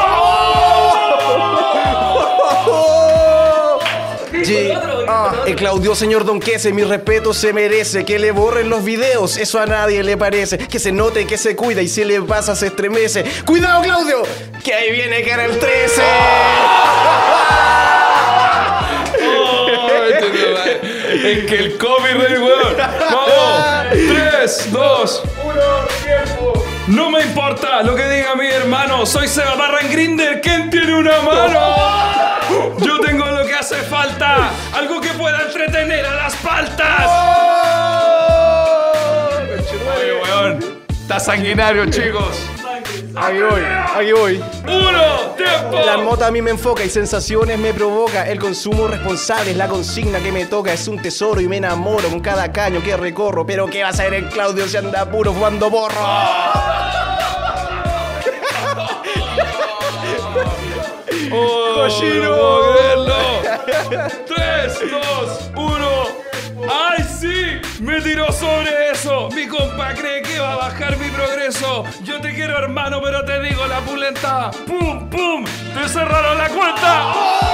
El Claudio, señor Don Quese, mi respeto se merece. Que le borren los videos, eso a nadie le parece. Que se note que se cuida y si le pasa se estremece. ¡Cuidado, Claudio! Que ahí viene Canal 13. Es que el copyright, weón. Vamos. 3, 2, 1, tiempo. No me importa lo que diga mi hermano. Soy Seba Parra en Grindr. ¿Quién tiene una mano? Yo tengo lo que hace falta. Algo que pueda entretener a las paltas. Oye, weón. Está sanguinario, chicos. Aquí voy. 1, tiempo. La mota a mí me enfoca y sensaciones me provoca. El consumo responsable es la consigna que me toca. Es un tesoro y me enamoro con cada caño que recorro. Pero ¿qué va a hacer el Claudio si anda puro fumando porro? ¡Cochino! 3, 2, 1. ¡Ay, sí! Me tiró sobre eso. Mi compa cree que va a bajar mi progreso. Yo te quiero, hermano, pero te digo la pulenta. ¡Pum, pum! ¡Te cerraron la cuenta!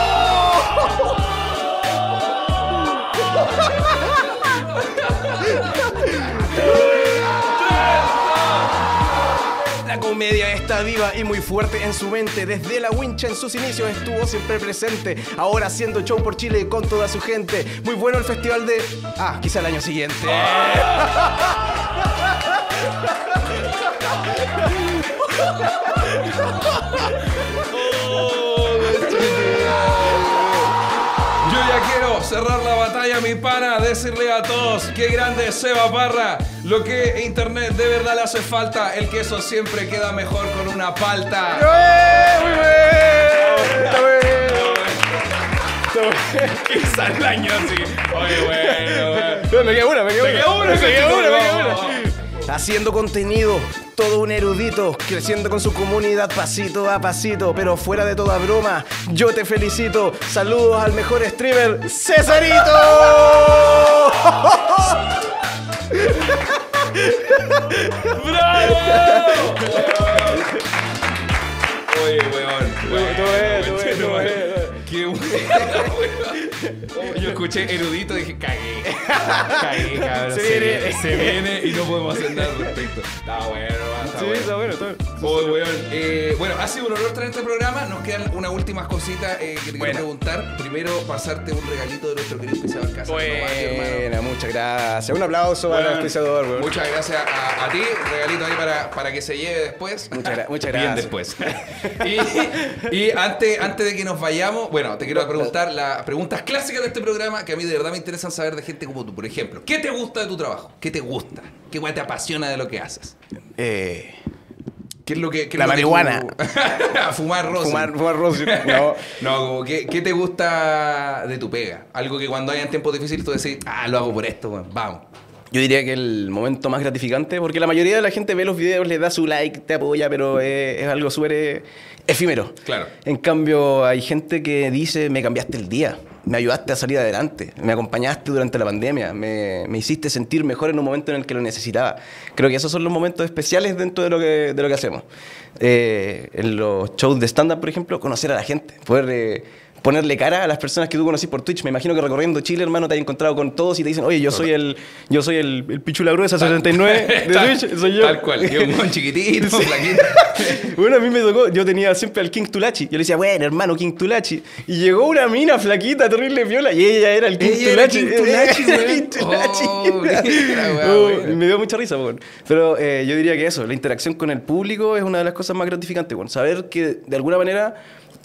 La comedia está viva y muy fuerte en su mente. Desde la wincha en sus inicios estuvo siempre presente. Ahora haciendo show por Chile con toda su gente. Muy bueno el festival de... quizá el año siguiente. Yo ya quiero cerrar la batalla, mi pana, decirle a todos qué grande es Seba Parra. Lo que internet de verdad le hace falta, el queso siempre queda mejor con una palta. Quizá el año así. Oye, bueno. Me queda una. Vamos. Haciendo contenido, todo un erudito, creciendo con su comunidad pasito a pasito, pero fuera de toda broma, yo te felicito. Saludos al mejor streamer, Cesarito. ¡Bravo! Oye, weón. Todo bien. Qué bueno, weón. Yo escuché erudito y dije, cagué, cabrón. Se viene y no podemos hacer nada al respecto. Está bueno, man, está bueno. Oye, weón. Bueno, ha sido un honor traer este programa. Nos quedan unas últimas cositas que te quiero preguntar. Primero, pasarte un regalito de nuestro querido auspiciador Casa Buena, muchas gracias. Un aplauso para el auspiciador, weón. Muchas gracias a ti. Regalito ahí para que se lleve después. Muchas gracias. Bien después. y antes de que nos vayamos, bueno, te quiero preguntar las preguntas clásicas de este programa que a mí de verdad me interesan saber de gente como tú. Por ejemplo, ¿qué te gusta de tu trabajo? ¿Qué te gusta? ¿Qué guay te apasiona de lo que haces? ¿Qué es lo que... La marihuana. Fumar rosin. Fumar rosin. No. No, como ¿qué te gusta de tu pega? Algo que cuando hayan tiempos difíciles tú decís, lo hago por esto, weón. Vamos. Yo diría que el momento más gratificante, porque la mayoría de la gente ve los videos, le da su like, te apoya, pero es algo súper efímero. Claro. En cambio, hay gente que dice, me cambiaste el día, me ayudaste a salir adelante, me acompañaste durante la pandemia, me hiciste sentir mejor en un momento en el que lo necesitaba. Creo que esos son los momentos especiales dentro de lo que hacemos. En los shows de stand-up, por ejemplo, conocer a la gente, poder... ponerle cara a las personas que tú conocís por Twitch. Me imagino que recorriendo Chile, hermano, te has encontrado con todos y te dicen, oye, yo soy el Pichula Gruesa 79 de Twitch, soy yo. Tal cual, que un buen chiquitito, flaquito. Bueno, a mí me tocó, yo tenía siempre al King Tulachi. Yo le decía, bueno, hermano, King Tulachi. Y llegó una mina flaquita, terrible viola, y ella era el King Tulachi. Y me dio mucha risa, weón. Pero yo diría que eso, la interacción con el público es una de las cosas más gratificantes, weón. Saber que, de alguna manera...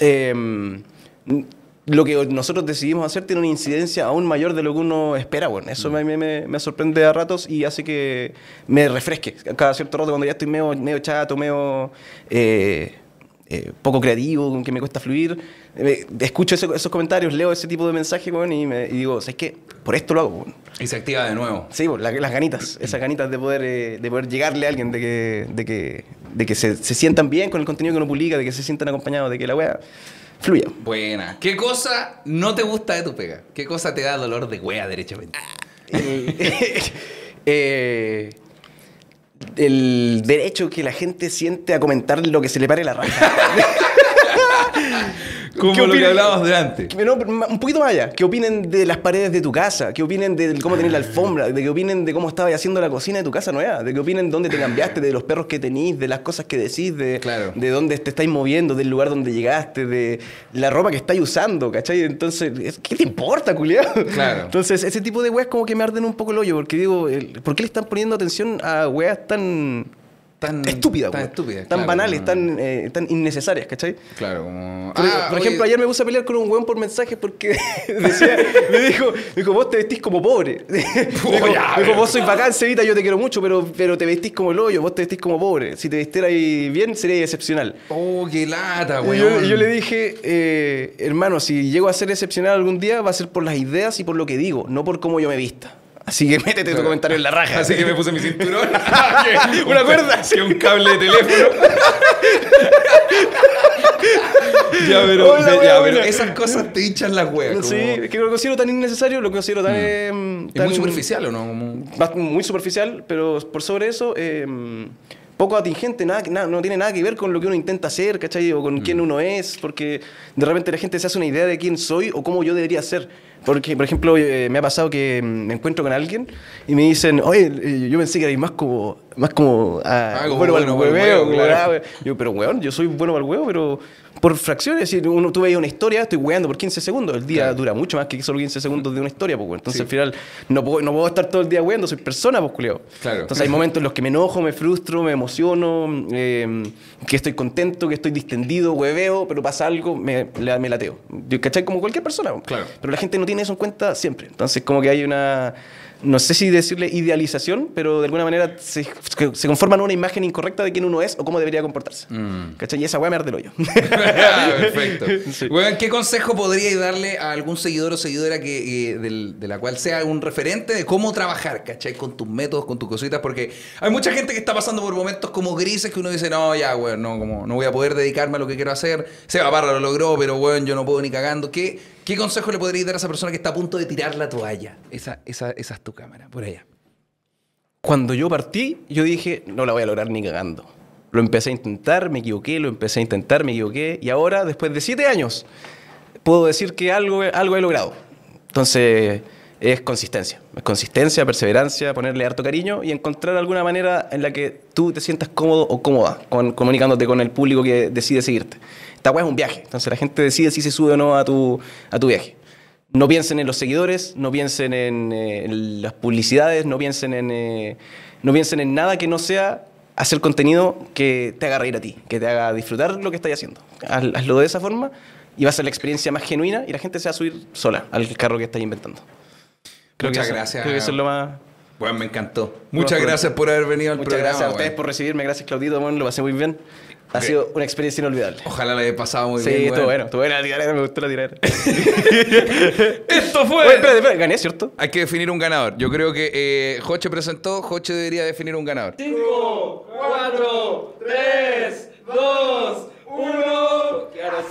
lo que nosotros decidimos hacer tiene una incidencia aún mayor de lo que uno espera, bueno. Eso me sorprende a ratos y hace que me refresque. Cada cierto rato, cuando ya estoy medio chato, medio poco creativo, que me cuesta fluir, escucho esos comentarios, leo ese tipo de mensajes, bueno, y digo, ¿sabes qué? Por esto lo hago, bueno. Y se activa de nuevo. Sí, bueno, las ganitas, esas ganitas de poder llegarle a alguien, de que se sientan bien con el contenido que uno publica, de que se sientan acompañados, de que la wea fluya. Buena. ¿Qué cosa no te gusta de tu pega? ¿Qué cosa te da dolor de wea, derechamente? El derecho que la gente siente a comentar lo que se le pare la raja. Como lo que hablábamos de antes. No, un poquito más allá. Que opinen de las paredes de tu casa, que opinen de cómo tenés la alfombra, de que opinen de cómo estabas haciendo la cocina de tu casa nueva, de que opinen de dónde te cambiaste, de los perros que tenís, de las cosas que decís, de dónde te estáis moviendo, del lugar donde llegaste, de la ropa que estáis usando, ¿cachai? Entonces, ¿qué te importa, culiado? Claro. Entonces, ese tipo de weas como que me arden un poco el hoyo, porque digo, ¿por qué le están poniendo atención a weas tan estúpidas, tan banales, tan innecesarias, ¿cachai? Claro, como... Por ejemplo, ayer me puse a pelear con un weón por mensajes porque me dijo, vos te vestís como pobre. me dijo, vos sois bacán, Cevita, yo te quiero mucho, pero te vestís como el hoyo, vos te vestís como pobre. Si te vistieras bien, sería excepcional. Oh, qué lata, weón. Y yo le dije, hermano, si llego a ser excepcional algún día, va a ser por las ideas y por lo que digo, no por cómo yo me vista. Así que métete tu comentario en la raja. Así que me puse mi cinturón. Una cuerda. Que un cable de teléfono. pero esas cosas te hinchan las huevas. Sí, es que lo considero tan innecesario, lo considero tan... ¿Es muy superficial o no? Muy superficial, pero por sobre eso... poco atingente, no tiene nada que ver con lo que uno intenta hacer, ¿cachai? O con quién uno es, porque de repente la gente se hace una idea de quién soy o cómo yo debería ser. Porque, por ejemplo, me ha pasado que me encuentro con alguien y me dicen, oye, yo pensé que erais más como bueno para el hueveo. Claro. Yo, pero weón, yo soy bueno para el huevo, pero por fracciones. Es decir, tú veías una historia, estoy hueando por 15 segundos. El día dura mucho más que solo 15 segundos de una historia, pues, entonces al final no puedo estar todo el día hueando, soy persona, pues, culiao. Claro. Entonces hay momentos en los que me enojo, me frustro, me emociono, que estoy contento, que estoy distendido, hueveo, pero pasa algo, me lateo. ¿Cachai? Como cualquier persona. Claro. Pero la gente no tiene eso en cuenta siempre. Entonces como que hay una... No sé si decirle idealización, pero de alguna manera se conforman una imagen incorrecta de quién uno es o cómo debería comportarse. ¿Cachai? Y esa weá me arde el hoyo. Perfecto. Sí. Bueno, ¿qué consejo podríais darle a algún seguidor o seguidora de la cual sea un referente de cómo trabajar, ¿cachai? Con tus métodos, con tus cositas, porque hay mucha gente que está pasando por momentos como grises que uno dice, no, ya, weón, no voy a poder dedicarme a lo que quiero hacer. Seba Parra lo logró, pero weón, yo no puedo ni cagando. ¿Qué consejo le podríais dar a esa persona que está a punto de tirar la toalla? Esa es tu cámara, por allá. Cuando yo partí, yo dije, no la voy a lograr ni cagando. Lo empecé a intentar, me equivoqué, lo empecé a intentar, me equivoqué. Y ahora, después de 7 años, puedo decir que algo he logrado. Entonces, es consistencia. Es consistencia, perseverancia, ponerle harto cariño y encontrar alguna manera en la que tú te sientas cómodo o cómoda comunicándote con el público que decide seguirte. Esta weá es un viaje. Entonces, la gente decide si se sube o no a tu viaje. No piensen en los seguidores, no piensen en las publicidades, no piensen en nada que no sea hacer contenido que te haga reír a ti, que te haga disfrutar lo que estás haciendo. Hazlo de esa forma y va a ser la experiencia más genuina y la gente se va a subir sola al carro que estás inventando. Muchas gracias. Creo que eso es lo más... Bueno, me encantó. Muchas gracias por haber venido al programa. Muchas gracias a ustedes por recibirme. Gracias, Claudito. Bueno, lo pasé muy bien. Ha sido una experiencia inolvidable. Ojalá la haya pasado muy Sí, bien. estuvo weón. bueno. Estuvo buena la tiradera, me gustó la tiradera. Esto fue. Oye, espérate, gané, ¿cierto? Hay que definir un ganador. Yo creo que Joche presentó, Joche debería definir un ganador. 5, 4, 3, 2, 1.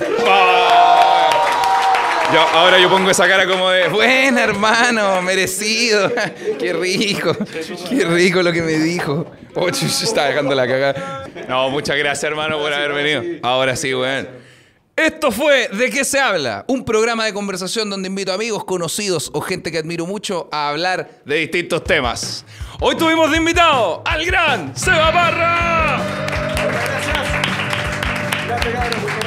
Ahora yo pongo esa cara como de, buena hermano, merecido. Qué rico lo que me dijo. Oh, se está dejando la cagada. No, muchas gracias hermano por haber venido. Ahora sí, weón. Esto fue ¿De qué se habla? Un programa de conversación donde invito a amigos, conocidos o gente que admiro mucho a hablar de distintos temas. Hoy tuvimos de invitado al gran Seba Parra. Gracias. Gracias, cabrón.